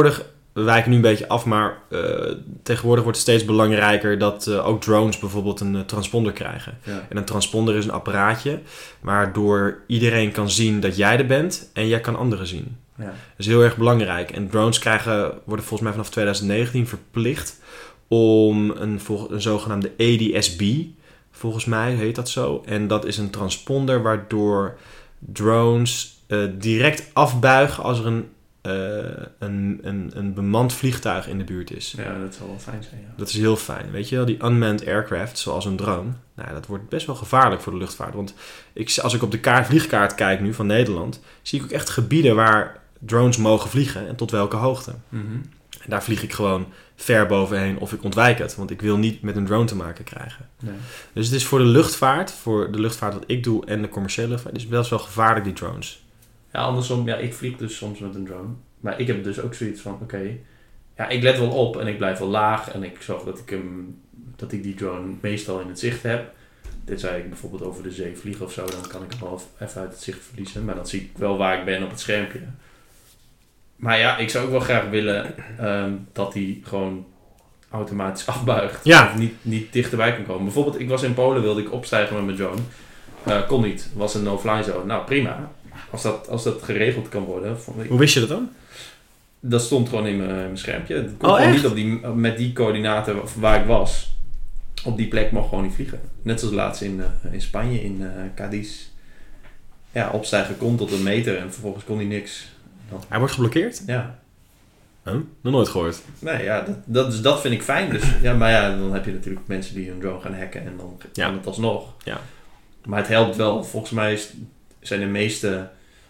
we wijken nu een beetje af, maar uh, tegenwoordig wordt het steeds belangrijker dat uh, ook drones bijvoorbeeld een uh, transponder krijgen. Ja. En een transponder is een apparaatje waardoor iedereen kan zien dat jij er bent en jij kan anderen zien. Ja. Dat is heel erg belangrijk. En drones krijgen, worden volgens mij vanaf twintig negentien verplicht om een, een zogenaamde A D S B, volgens mij heet dat zo. En dat is een transponder waardoor drones uh, direct afbuigen als er een Uh, een, een, een bemand vliegtuig in de buurt is. Ja, dat zal wel fijn zijn. Ja. Dat is heel fijn. Weet je wel, die unmanned aircraft, zoals een drone, nou, dat wordt best wel gevaarlijk voor de luchtvaart. Want ik, als ik op de kaart, vliegkaart kijk nu van Nederland, zie ik ook echt gebieden waar drones mogen vliegen en tot welke hoogte. Mm-hmm. En daar vlieg ik gewoon ver bovenheen of ik ontwijk het, want ik wil niet met een drone te maken krijgen. Nee. Dus het is voor de luchtvaart, voor de luchtvaart wat ik doe en de commerciële luchtvaart, is best wel gevaarlijk, die drones. Ja, andersom, ja, ik vlieg dus soms met een drone. Maar ik heb dus ook zoiets van, oké, okay, ja, ik let wel op en ik blijf wel laag. En ik zorg dat ik, hem, dat ik die drone meestal in het zicht heb. Dit zei ik bijvoorbeeld over de zee vliegen of zo, dan kan ik hem wel even uit het zicht verliezen. Maar dan zie ik wel waar ik ben op het schermpje. Maar ja, ik zou ook wel graag willen um, dat hij gewoon automatisch afbuigt. Ja. Of niet, niet dichterbij kan komen. Bijvoorbeeld, ik was in Polen, wilde ik opstijgen met mijn drone. Uh, kon niet, was een no-fly zone. Nou, prima. Als dat, als dat geregeld kan worden. Ik... Hoe wist je dat dan? Dat stond gewoon in mijn, mijn schermpje. Het kon oh, gewoon echt? niet op die, met die coördinaten waar ik was. Op die plek mocht gewoon niet vliegen. Net zoals laatst in, uh, in Spanje, in uh, Cadiz. Ja, opstijgen kon tot een meter en vervolgens kon hij niks. Dan... Hij wordt geblokkeerd? Ja. Huh? Nog nooit gehoord. Nee, ja, dat, dat, dus dat vind ik fijn. Dus, ja, maar ja, dan heb je natuurlijk mensen die hun drone gaan hacken en dan ja. kan het alsnog. Ja. Maar het helpt wel. Volgens mij is, zijn de meeste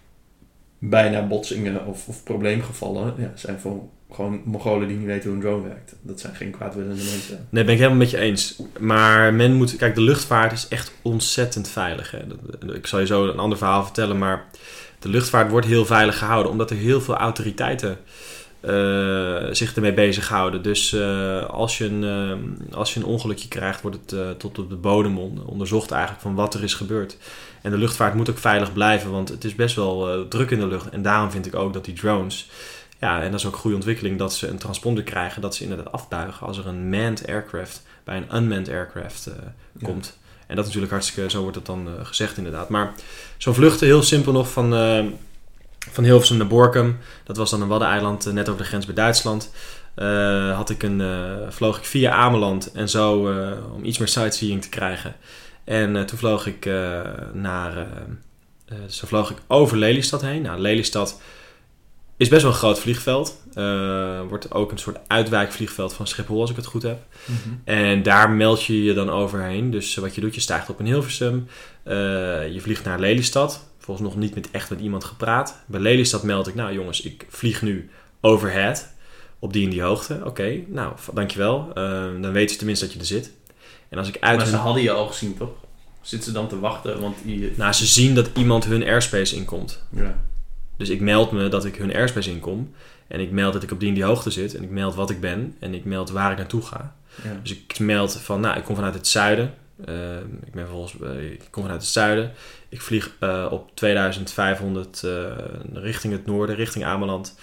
bijna botsingen of, of probleemgevallen, ja, zijn voor gewoon Mongolen die niet weten hoe een drone werkt. Dat zijn geen kwaadwillende mensen. Nee, ben ik helemaal met je eens. Maar men moet... Kijk, de luchtvaart is echt ontzettend veilig. Hè. Ik zal je zo een ander verhaal vertellen, maar de luchtvaart wordt heel veilig gehouden, omdat er heel veel autoriteiten uh, zich ermee bezighouden. Dus uh, als, je een, uh, als je een ongelukje krijgt, wordt het uh, tot op de bodem onderzocht eigenlijk van wat er is gebeurd. En de luchtvaart moet ook veilig blijven, want het is best wel uh, druk in de lucht. En daarom vind ik ook dat die drones... Ja, en dat is ook een goede ontwikkeling dat ze een transponder krijgen, dat ze inderdaad afbuigen als er een manned aircraft bij een unmanned aircraft uh, komt. Ja. En dat is natuurlijk hartstikke, zo wordt het dan uh, gezegd inderdaad. Maar zo'n vluchten, heel simpel nog, van, uh, van Hilversum naar Borkum. Dat was dan een waddeneiland uh, net over de grens bij Duitsland. Uh, had ik een, uh, vloog ik via Ameland en zo uh, om iets meer sightseeing te krijgen. En uh, toen vloog ik uh, naar, uh, uh, zo vloog ik over Lelystad heen. Nou, Lelystad is best wel een groot vliegveld. Uh, wordt ook een soort uitwijkvliegveld van Schiphol, als ik het goed heb. Mm-hmm. En daar meld je je dan overheen. Dus wat je doet, je stijgt op in Hilversum. Uh, je vliegt naar Lelystad. Volgens nog niet met echt met iemand gepraat. Bij Lelystad meld ik, nou jongens, ik vlieg nu overhead. Op die en die hoogte. Oké, okay, nou, dankjewel. Uh, dan weten ze tenminste dat je er zit. En als ik uit maar ze hun... hadden je al gezien, toch? Zitten ze dan te wachten? Want die... Nou, ze zien dat iemand hun airspace inkomt. Ja. Dus ik meld me dat ik hun airspace inkom. En ik meld dat ik op die en die hoogte zit. En ik meld wat ik ben. En ik meld waar ik naartoe ga. Ja. Dus ik meld van, nou, ik kom vanuit het zuiden. Uh, ik ben volgens, uh, ik kom vanuit het zuiden. Ik vlieg uh, op tweeduizend vijfhonderd uh, richting het noorden, richting Ameland.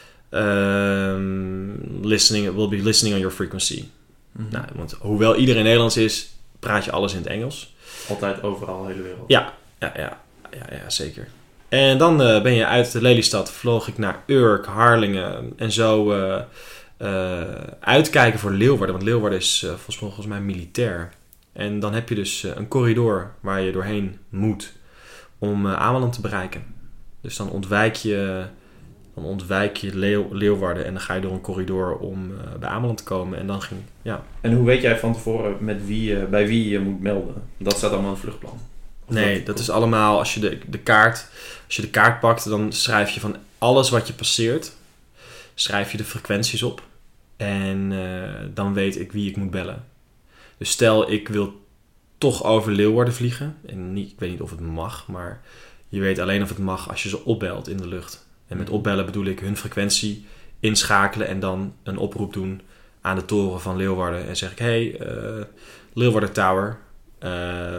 Uh, listening, will be listening on your frequency. Mm-hmm. Nou, want hoewel iedereen Nederlands is, praat je alles in het Engels. Altijd overal, de hele wereld. Ja, ja, ja, ja, ja zeker. En dan uh, ben je uit Lelystad, vloog ik naar Urk, Harlingen en zo uh, uh, uitkijken voor Leeuwarden. Want Leeuwarden is uh, volgens, volgens mij militair. En dan heb je dus uh, een corridor waar je doorheen moet om uh, Ameland te bereiken. Dus dan ontwijk je, dan ontwijk je Leeuw, Leeuwarden en dan ga je door een corridor om uh, bij Ameland te komen. En dan ging, ja. En hoe weet jij van tevoren met wie, uh, bij wie je moet melden? Dat staat allemaal in het vluchtplan. Of nee, dat, dat is allemaal, als je de, de kaart, als je de kaart pakt, dan schrijf je van alles wat je passeert, schrijf je de frequenties op. En uh, dan weet ik wie ik moet bellen. Dus stel, ik wil toch over Leeuwarden vliegen. En niet, ik weet niet of het mag, maar je weet alleen of het mag als je ze opbelt in de lucht. En met opbellen bedoel ik hun frequentie inschakelen en dan een oproep doen aan de toren van Leeuwarden. En zeg ik, hey, uh, Leeuwarden Tower, uh,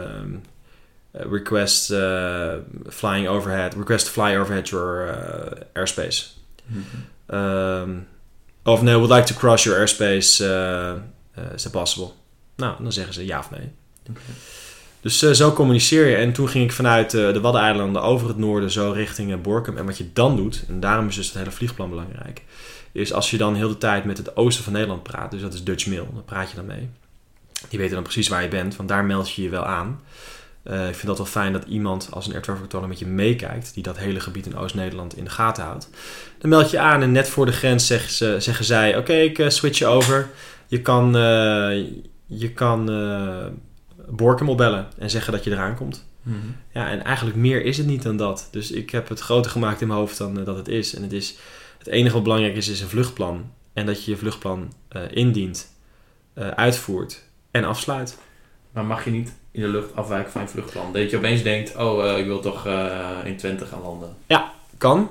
request uh, flying overhead, request to fly overhead your uh, airspace. Mm-hmm. Um, Of nee, would like to cross your airspace. Uh, uh, is that possible? Nou, dan zeggen ze ja of nee. Okay. Dus uh, zo communiceer je. En toen ging ik vanuit uh, de Waddeneilanden over het noorden zo richting uh, Borkum. En wat je dan doet, en daarom is dus het hele vliegplan belangrijk, is als je dan heel de tijd met het oosten van Nederland praat, dus dat is Dutch Mail, dan praat je dan mee. Die weten dan precies waar je bent, want daar meld je je wel aan. Uh, ik vind dat wel fijn dat iemand als een air traffic controller met je meekijkt, die dat hele gebied in Oost-Nederland in de gaten houdt. Dan meld je aan en net voor de grens zeggen, ze, zeggen zij, oké, okay, ik uh, switch je over. Je kan, uh, je kan uh, Borkum opbellen en zeggen dat je eraan komt. Mm-hmm. Ja, en eigenlijk meer is het niet dan dat. Dus ik heb het groter gemaakt in mijn hoofd dan uh, dat het is. En het is, het enige wat belangrijk is, is een vluchtplan. En dat je je vluchtplan uh, indient, uh, uitvoert en afsluit. Maar mag je niet in de lucht afwijken van je vluchtplan? Dat je opeens denkt, oh, uh, ik wil toch uh, in Twente gaan landen. Ja, kan.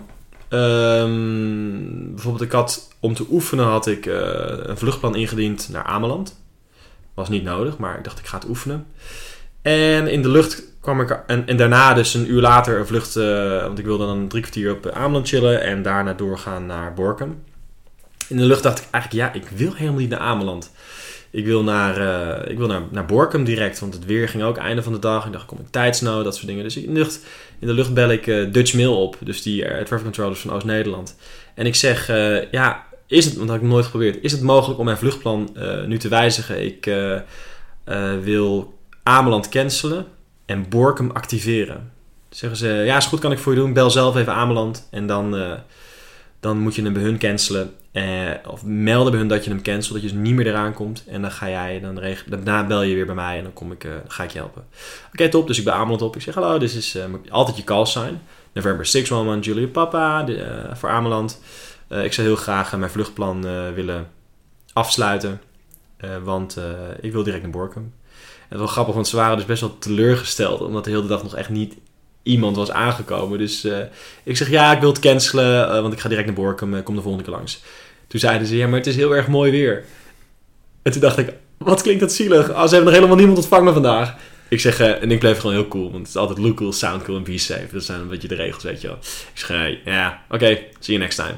Um, bijvoorbeeld, ik had, om te oefenen had ik uh, een vluchtplan ingediend naar Ameland. Was niet nodig, maar ik dacht, ik ga het oefenen. En in de lucht kwam ik... En, en daarna dus een uur later een vlucht... Uh, want ik wilde dan drie kwartier op Ameland chillen en daarna doorgaan naar Borkum. In de lucht dacht ik eigenlijk, ja, ik wil helemaal niet naar Ameland. Ik wil naar, uh, ik wil naar, naar Borkum direct, want het weer ging ook einde van de dag. Ik dacht, kom ik tijdsnood, dat soort dingen. Dus in de lucht, in de lucht bel ik uh, Dutch Mail op, dus die air traffic controllers van Oost-Nederland. En ik zeg, uh, ja, is het, want dat heb ik nooit geprobeerd, is het mogelijk om mijn vluchtplan uh, nu te wijzigen? Ik uh, uh, wil Ameland cancelen en Borkum activeren. Zeggen ze, ja, is goed, kan ik voor je doen. Bel zelf even Ameland en dan, uh, dan moet je hem bij hun cancelen. Uh, of melden bij hun dat je hem cancelt, dat je dus niet meer eraan komt. En dan ga jij, dan regel, daarna bel je weer bij mij en dan kom ik, uh, ga ik je helpen. Oké, okay, top. Dus ik ben Ameland op. Ik zeg, hallo, dit is uh, altijd je call sign. November zes one one, Julia Papa, de, uh, voor Ameland. Uh, ik zou heel graag uh, mijn vluchtplan uh, willen afsluiten. Uh, want uh, ik wil direct naar Borkum. En dat was wel grappig, want ze waren dus best wel teleurgesteld. Omdat de hele dag nog echt niet iemand was aangekomen. Dus uh, ik zeg, ja, ik wil het cancelen, uh, want ik ga direct naar Borkum. Uh, kom de volgende keer langs. Toen zeiden ze, ja, maar het is heel erg mooi weer. En toen dacht ik, wat klinkt dat zielig. Oh, ze hebben nog helemaal niemand ontvangen vandaag. Ik zeg, uh, en ik bleef gewoon heel cool. Want het is altijd look cool, sound cool en be safe. Dat zijn een beetje de regels, weet je wel. Ik zeg, ja, yeah, oké, okay, see you next time.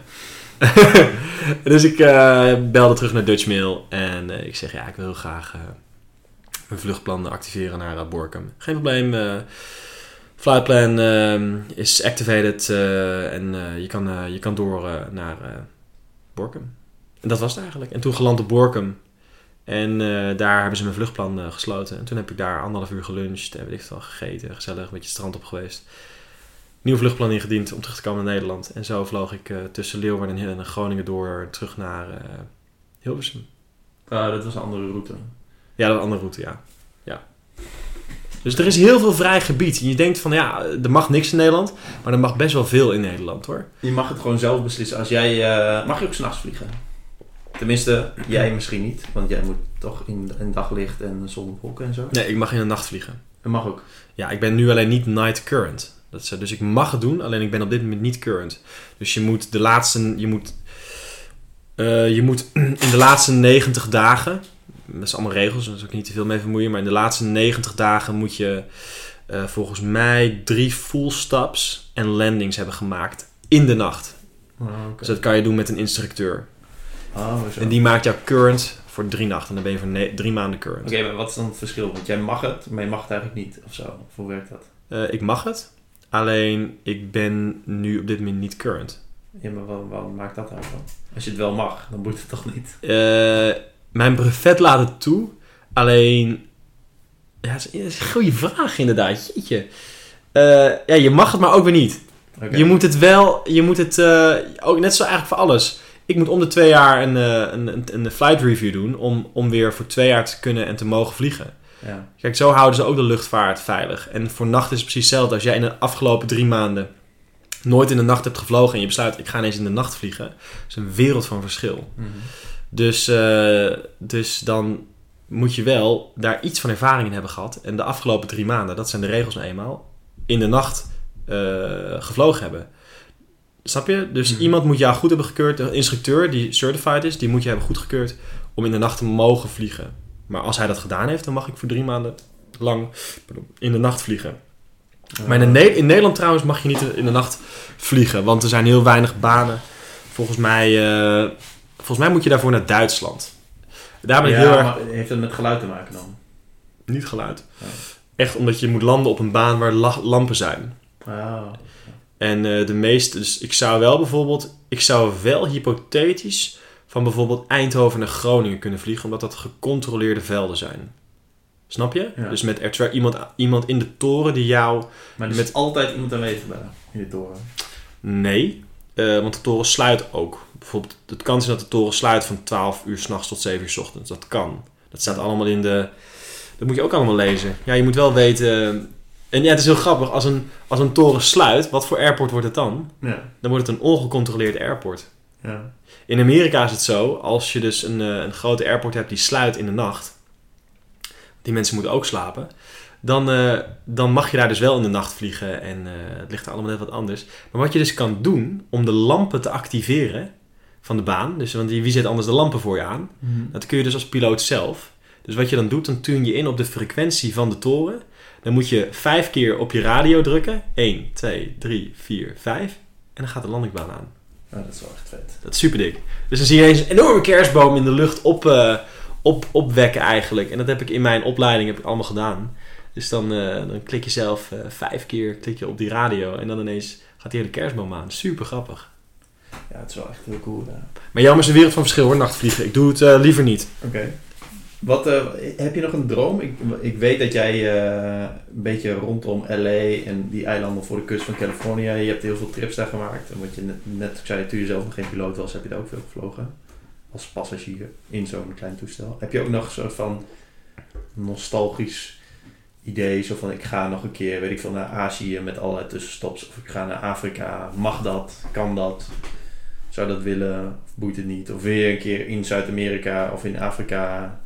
Dus ik uh, belde terug naar Dutch Mail. En uh, ik zeg, ja, ik wil heel graag uh, mijn vluchtplan activeren naar uh, Borkum. Geen probleem. Uh, Flightplan uh, is activated. Uh, en uh, je, kan, uh, je kan door uh, naar... Uh, Borkum. En dat was het eigenlijk. En toen geland op Borkum. En uh, daar hebben ze mijn vluchtplan uh, gesloten. En toen heb ik daar anderhalf uur geluncht. En weet ik het al gegeten. Gezellig, een beetje het strand op geweest. Nieuw vluchtplan ingediend om terug te komen naar Nederland. En zo vloog ik uh, tussen Leeuwarden en Groningen door terug naar uh, Hilversum. Uh, dat was een andere route. Ja, dat was een andere route, ja. ja. Dus er is heel veel vrij gebied. Je denkt van, ja, er mag niks in Nederland. Maar er mag best wel veel in Nederland, hoor. Je mag het gewoon zelf beslissen. Als jij, uh, mag je ook 's nachts vliegen? Tenminste, jij misschien niet. Want jij moet toch in, in daglicht en zonnewolken en zo. Nee, ik mag in de nacht vliegen. Dat mag ook. Ja, ik ben nu alleen niet night current. Dat is, dus ik mag het doen, alleen ik ben op dit moment niet current. Dus je moet de laatste... Je moet, uh, je moet in de laatste negentig dagen... Dat is allemaal regels, daar zal ik niet te veel mee vermoeien. Maar in de laatste negentig dagen moet je uh, volgens mij drie full stops en landings hebben gemaakt in de nacht. Oh, okay. Dus dat kan je doen met een instructeur. Oh, zo. En die maakt jou current voor drie nachten. En dan ben je voor ne- drie maanden current. Oké, okay, maar wat is dan het verschil? Want jij mag het, maar je mag het eigenlijk niet. Of zo. Of hoe werkt dat? Uh, ik mag het. Alleen ik ben nu op dit moment niet current. Ja, maar wat, wat maakt dat uit dan? Als je het wel mag, dan moet het toch niet? Uh, mijn brevet laat het toe. Alleen... Ja, dat is een goede vraag inderdaad. Jeetje. Uh, ja, je mag het maar ook weer niet. Okay. Je moet het wel... Je moet het... Uh, ook net zo eigenlijk voor alles. Ik moet om de twee jaar een, een, een, een flight review doen. Om, om weer voor twee jaar te kunnen en te mogen vliegen. Ja. Kijk, zo houden ze ook de luchtvaart veilig. En voor nacht is het precies hetzelfde. Als jij in de afgelopen drie maanden nooit in de nacht hebt gevlogen en je besluit, ik ga ineens in de nacht vliegen. Dat is een wereld van verschil. Mm-hmm. Dus, uh, dus dan moet je wel daar iets van ervaring in hebben gehad. En de afgelopen drie maanden, dat zijn de regels nou eenmaal, in de nacht uh, gevlogen hebben. Snap je? Dus mm-hmm. iemand moet jou goed hebben gekeurd. De instructeur die certified is, die moet je hebben goedgekeurd om in de nacht te mogen vliegen. Maar als hij dat gedaan heeft, dan mag ik voor drie maanden lang pardon, in de nacht vliegen. Uh. Maar in, ne- in Nederland trouwens mag je niet in de nacht vliegen. Want er zijn heel weinig banen. Volgens mij, uh, volgens mij moet je daarvoor naar Duitsland. Daar ben ik ja, heel erg... maar heeft het met geluid te maken dan? Niet geluid. Ja. Echt omdat je moet landen op een baan waar la- lampen zijn. Oh. En uh, de meeste... Dus ik zou wel bijvoorbeeld... Ik zou wel hypothetisch van bijvoorbeeld Eindhoven naar Groningen kunnen vliegen. Omdat dat gecontroleerde velden zijn. Snap je? Ja. Dus met air iemand, iemand in de toren die jou... Maar er met... is altijd iemand aanwezig daar in de toren? Nee. Uh, want de toren sluit ook. Bijvoorbeeld, het kan zijn dat de toren sluit van twaalf uur 's nachts tot zeven uur 's ochtends. Dat kan. Dat staat allemaal in de... Dat moet je ook allemaal lezen. Ja, je moet wel weten... En ja, het is heel grappig. Als een, als een toren sluit, wat voor airport wordt het dan? Ja. Dan wordt het een ongecontroleerd airport. Ja. In Amerika is het zo, als je dus een, een grote airport hebt die sluit in de nacht... Die mensen moeten ook slapen... Dan, uh, dan mag je daar dus wel in de nacht vliegen. En uh, het ligt er allemaal net wat anders. Maar wat je dus kan doen om de lampen te activeren van de baan. Dus, want wie zet anders de lampen voor je aan? Mm-hmm. Dat kun je dus als piloot zelf. Dus wat je dan doet, dan tune je in op de frequentie van de toren. Dan moet je vijf keer op je radio drukken. één, twee, drie, vier, vijf. En dan gaat de landingbaan aan. Ja, dat is wel echt vet. Dat is super dik. Dus dan zie je ineens een enorme kerstboom in de lucht op, uh, op, opwekken eigenlijk. En dat heb ik in mijn opleiding heb ik allemaal gedaan. Dus dan, uh, dan klik je zelf uh, vijf keer klik je op die radio. En dan ineens gaat die hele kerstboom aan. Super grappig. Ja, het is wel echt heel cool. Ja. Maar jammer is een wereld van verschil hoor, nachtvliegen. Ik doe het uh, liever niet. Oké. Okay. Wat, uh, heb je nog een droom? Ik, ik weet dat jij uh, een beetje rondom L A en die eilanden voor de kust van Californië, je hebt heel veel trips daar gemaakt. En wat je net, net zei, toen je zelf nog geen piloot was, heb je daar ook veel gevlogen. Als passagier in zo'n klein toestel. Heb je ook nog een soort van nostalgisch idee, zo van ik ga nog een keer, weet ik veel, naar Azië met allerlei tussenstops. Of ik ga naar Afrika. Mag dat? Kan dat? Zou dat willen? Of boeit het niet? Of weer een keer in Zuid-Amerika of in Afrika?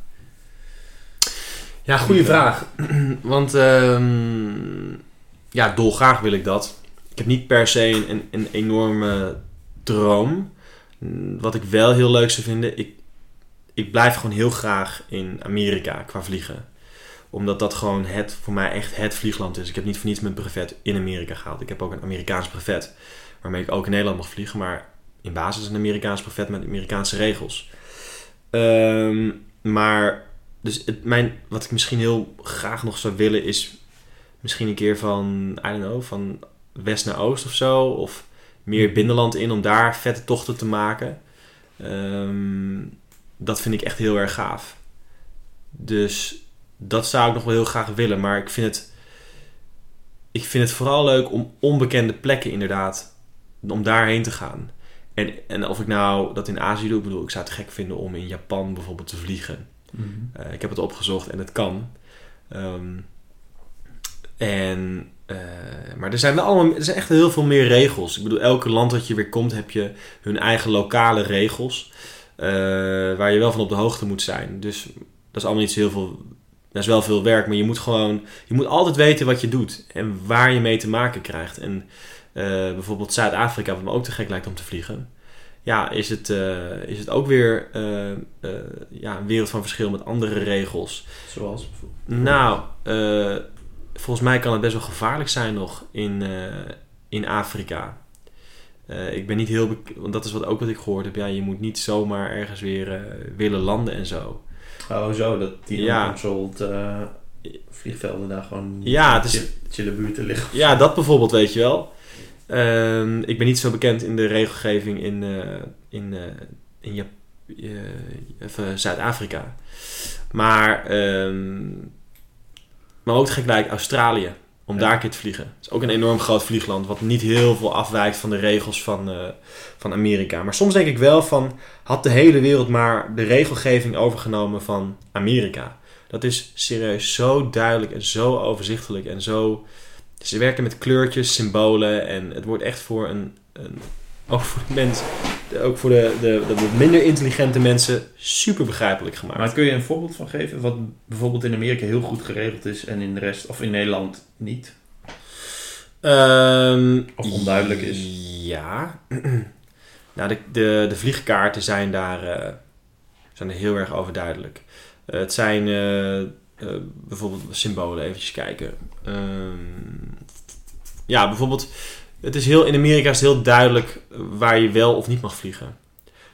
Ja, goede vraag. Want um, ja, dolgraag wil ik dat. Ik heb niet per se een, een, een enorme droom. Wat ik wel heel leuk zou vinden, ik, ik blijf gewoon heel graag in Amerika qua vliegen. Omdat dat gewoon het, voor mij echt het vliegland is. Ik heb niet voor niets mijn brevet in Amerika gehaald. Ik heb ook een Amerikaans brevet, waarmee ik ook in Nederland mag vliegen. Maar in basis een Amerikaans brevet met Amerikaanse regels. Um, maar... Dus het, mijn, wat ik misschien heel graag nog zou willen is misschien een keer van, I don't know, van west naar oost of zo. Of meer binnenland in om daar vette tochten te maken. Um, dat vind ik echt heel erg gaaf. Dus dat zou ik nog wel heel graag willen. Maar ik vind het, ik vind het vooral leuk om onbekende plekken inderdaad, om daarheen te gaan. En, en of ik nou dat in Azië doe, ik bedoel, ik zou het gek vinden om in Japan bijvoorbeeld te vliegen. Mm-hmm. Uh, ik heb het opgezocht en het kan. Um, en, uh, maar er zijn wel allemaal, er zijn echt heel veel meer regels. Ik bedoel, elke land dat je weer komt, heb je hun eigen lokale regels. Uh, waar je wel van op de hoogte moet zijn. Dus dat is allemaal niet zo heel veel. Dat is wel veel werk, maar je moet gewoon, je moet altijd weten wat je doet en waar je mee te maken krijgt. En uh, bijvoorbeeld Zuid-Afrika, wat me ook te gek lijkt om te vliegen. Ja, is het, uh, is het ook weer uh, uh, ja, een wereld van verschil met andere regels. Zoals bijvoorbeeld? Nou, uh, volgens mij kan het best wel gevaarlijk zijn nog in, uh, in Afrika. Uh, ik ben niet heel... Be- want dat is wat ook wat ik gehoord heb. Ja, je moet niet zomaar ergens weer uh, willen landen en zo. Oh, zo. Dat die ja. oncontrolled uh, vliegvelden daar gewoon ja, het is, chille buurten liggen. Ja, dat bijvoorbeeld, weet je wel. Uh, ik ben niet zo bekend in de regelgeving in, uh, in, uh, in Jap- uh, even Zuid-Afrika. Maar, um, maar ook tegelijk Australië. Om ja. daar een keer te vliegen. Het is ook een enorm groot vliegland. Wat niet heel veel afwijkt van de regels van, uh, van Amerika. Maar soms denk ik wel van... Had de hele wereld maar de regelgeving overgenomen van Amerika. Dat is serieus zo duidelijk en zo overzichtelijk en zo... Ze werken met kleurtjes, symbolen en het wordt echt voor een, een ook voor de mensen, ook voor de, de, de minder intelligente mensen super begrijpelijk gemaakt. Maar kun je een voorbeeld van geven wat bijvoorbeeld in Amerika heel goed geregeld is en in de rest of in Nederland niet? Um, of onduidelijk is? Ja. Nou, de, de, de vliegkaarten zijn daar uh, zijn er heel erg overduidelijk. Uh, het zijn uh, uh, bijvoorbeeld symbolen, eventjes kijken. Um, ja, bijvoorbeeld, het is heel, in Amerika is het heel duidelijk waar je wel of niet mag vliegen.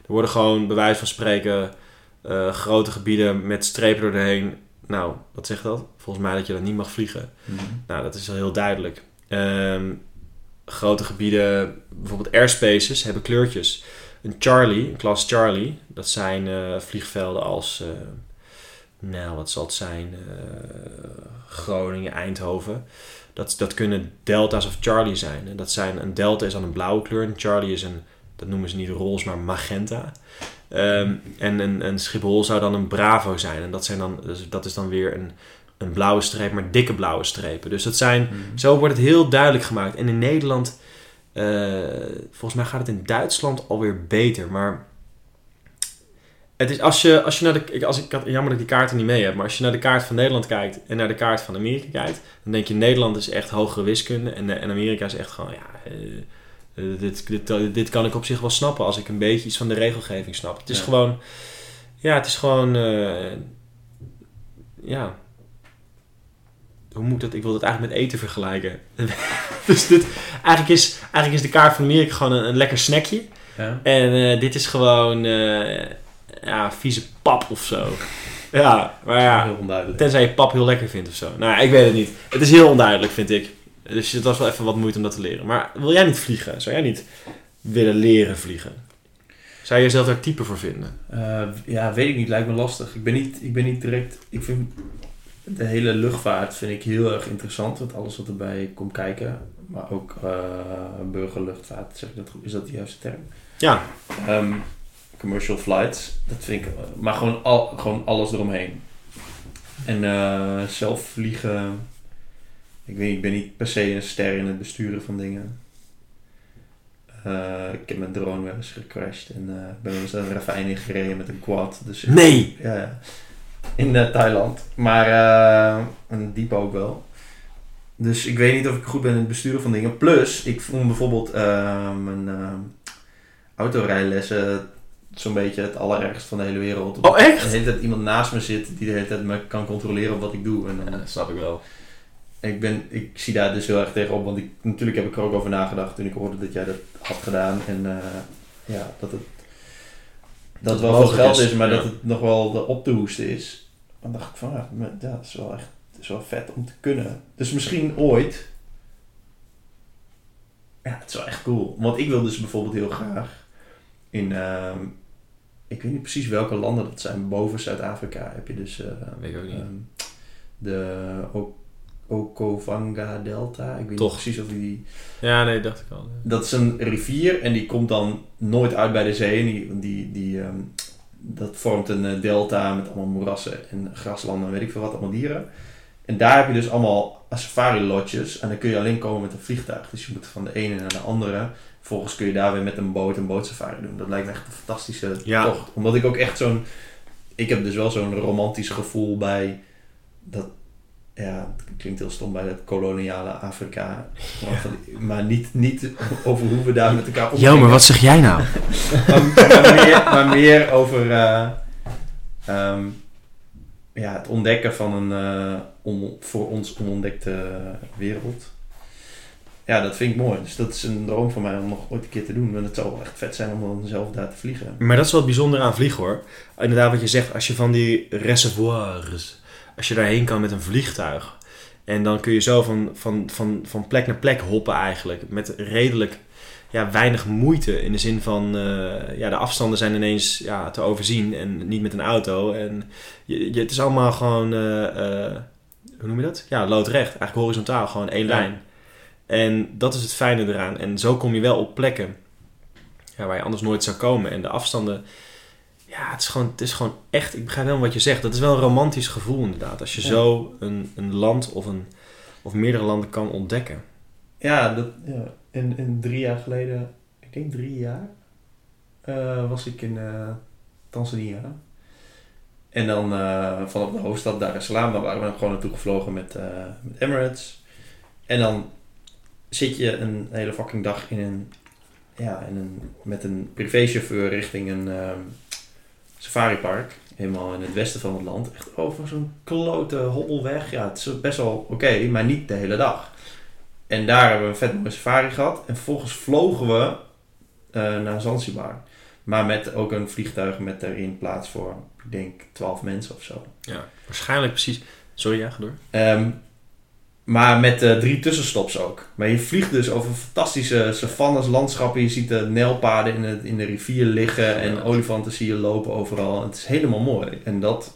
worden gewoon, bij wijze van spreken, uh, grote gebieden met strepen door doorheen. Nou, wat zegt dat? Volgens mij dat je dat niet mag vliegen. Mm-hmm. Nou, dat is wel heel duidelijk. Um, grote gebieden, bijvoorbeeld airspaces, hebben kleurtjes. Een Charlie, een klas Charlie, dat zijn uh, vliegvelden als, uh, nou wat zal het zijn, uh, Groningen, Eindhoven. Dat, dat kunnen delta's of Charlie zijn. En dat zijn. Een delta is dan een blauwe kleur, een Charlie is een, dat noemen ze niet roze, maar magenta. Um, en een, een Schiphol zou dan een Bravo zijn. En dat, zijn dan, dus dat is dan weer een, een blauwe streep, maar dikke blauwe strepen. Dus dat zijn, mm-hmm. zo wordt het heel duidelijk gemaakt. En in Nederland, uh, volgens mij gaat het in Duitsland alweer beter. Maar het is als je, als je naar de, als ik, jammer dat ik die kaarten niet mee heb, maar als je naar de kaart van Nederland kijkt en naar de kaart van Amerika kijkt, dan denk je Nederland is echt hogere wiskunde en, en Amerika is echt gewoon, ja, uh, uh, dit, dit, dit kan ik op zich wel snappen als ik een beetje iets van de regelgeving snap. Het is ja. gewoon, ja, het is gewoon, uh, ja, hoe moet dat? Ik wil dat eigenlijk met eten vergelijken. Dus dit, eigenlijk is, eigenlijk is de kaart van Amerika gewoon een, een lekker snackje. Ja. En uh, dit is gewoon, uh, ja, vieze pap of zo. Ja, maar ja, heel onduidelijk. Tenzij je pap heel lekker vindt of zo. Nou ja, ik weet het niet. Het is heel onduidelijk, vind ik. Dus het was wel even wat moeite om dat te leren. Maar wil jij niet vliegen? Zou jij niet willen leren vliegen? Zou je jezelf daar type voor vinden? Uh, ja, weet ik niet. Lijkt me lastig. Ik ben niet, ik ben niet direct... Ik vind de hele luchtvaart vind ik heel erg interessant. Want alles wat erbij komt kijken. Maar ook uh, burgerluchtvaart. Zeg ik dat goed? Is dat de juiste term? Ja. Um, commercial flights. Dat vind ik... Maar gewoon, al, gewoon alles eromheen. En uh, zelf vliegen... Ik weet, ik ben niet per se een ster in het besturen van dingen. Uh, ik heb mijn drone wel eens gecrashed en uh, ben wel eens een ravijn ingereden met een quad. Dus nee! Ja, ja. In uh, Thailand. Maar uh, een diep ook wel. Dus ik weet niet of ik goed ben in het besturen van dingen. Plus, ik vond bijvoorbeeld uh, mijn uh, autorijlessen zo'n beetje het allerergst van de hele wereld. Oh, echt? De hele tijd iemand naast me zit die de hele tijd me kan controleren op wat ik doe. En dan, ja, dat snap ik wel. Ik, ben, ik zie daar dus heel erg tegenop, want ik, natuurlijk heb ik er ook over nagedacht toen ik hoorde dat jij dat had gedaan. En uh, ja, dat het dat, dat wel veel geld is, is maar ja. dat het nog wel de op te hoesten is. Dan dacht ik van, ja, ja, dat is wel echt dat is wel vet om te kunnen. Dus misschien ooit. Ja, het is wel echt cool. Want ik wil dus bijvoorbeeld heel graag in, uh, ik weet niet precies welke landen dat zijn. Boven Zuid-Afrika heb je dus uh, weet ik ook niet. Um, de ook Okavango Delta. Ik weet Toch. niet precies of die... Ja, nee, dacht ik al. Ja. Dat is een rivier en die komt dan nooit uit bij de zee. En die, die, die, um, dat vormt een delta met allemaal moerassen en graslanden en weet ik veel wat, allemaal dieren. En daar heb je dus allemaal safari-lodges. En dan kun je alleen komen met een vliegtuig. Dus je moet van de ene naar de andere. Vervolgens kun je daar weer met een boot een bootsafari doen. Dat lijkt me echt een fantastische ja. tocht. Omdat ik ook echt zo'n... Ik heb dus wel zo'n romantisch gevoel bij dat... Ja, het klinkt heel stom bij het koloniale Afrika. Ja. Maar niet, niet over hoe we daar met elkaar omgaan. Jo, maar wat zeg jij nou? maar, maar, meer, maar meer over uh, um, ja, het ontdekken van een uh, on, voor ons onontdekte wereld. Ja, dat vind ik mooi. Dus dat is een droom van mij om nog ooit een keer te doen. En het zou wel echt vet zijn om dan zelf daar te vliegen. Maar dat is wel het bijzondere aan vliegen, hoor. Inderdaad, wat je zegt, als je van die reservoirs... Als je daarheen kan met een vliegtuig. En dan kun je zo van, van, van, van plek naar plek hoppen eigenlijk. Met redelijk ja, weinig moeite. In de zin van uh, ja, de afstanden zijn ineens ja, te overzien. En niet met een auto. En je, je, het is allemaal gewoon... Uh, uh, hoe noem je dat? Ja, loodrecht. Eigenlijk horizontaal. Gewoon één ja. lijn. En dat is het fijne eraan. En zo kom je wel op plekken ja, waar je anders nooit zou komen. En de afstanden... Ja, het is, gewoon, het is gewoon echt... Ik begrijp helemaal wat je zegt. Dat is wel een romantisch gevoel inderdaad. Als je ja. zo een, een land of, een, of meerdere landen kan ontdekken. Ja, dat, ja. In, in drie jaar geleden... Ik denk drie jaar... Uh, was ik in uh, Tanzania. En dan uh, vanaf de hoofdstad Dar es Salaam... Dan waren we gewoon naartoe gevlogen met, uh, met Emirates. En dan zit je een hele fucking dag in een... Ja, in een, met een privéchauffeur richting een... Uh, safaripark, helemaal in het westen van het land. Echt over zo'n klote hobbelweg. Ja, het is best wel oké, okay, maar niet de hele dag. En daar hebben we een vet mooie safari gehad. En vervolgens vlogen we uh, naar Zanzibar. Maar met ook een vliegtuig met daarin plaats voor, ik denk, twaalf mensen of zo. Ja, waarschijnlijk precies. Sorry, ja, ga door. Um, maar met uh, drie tussenstops ook. Maar je vliegt dus over fantastische savannes, landschappen. Je ziet de nijlpaarden in, het, in de rivier liggen en ja. olifanten zie je lopen overal. Het is helemaal mooi. En dat,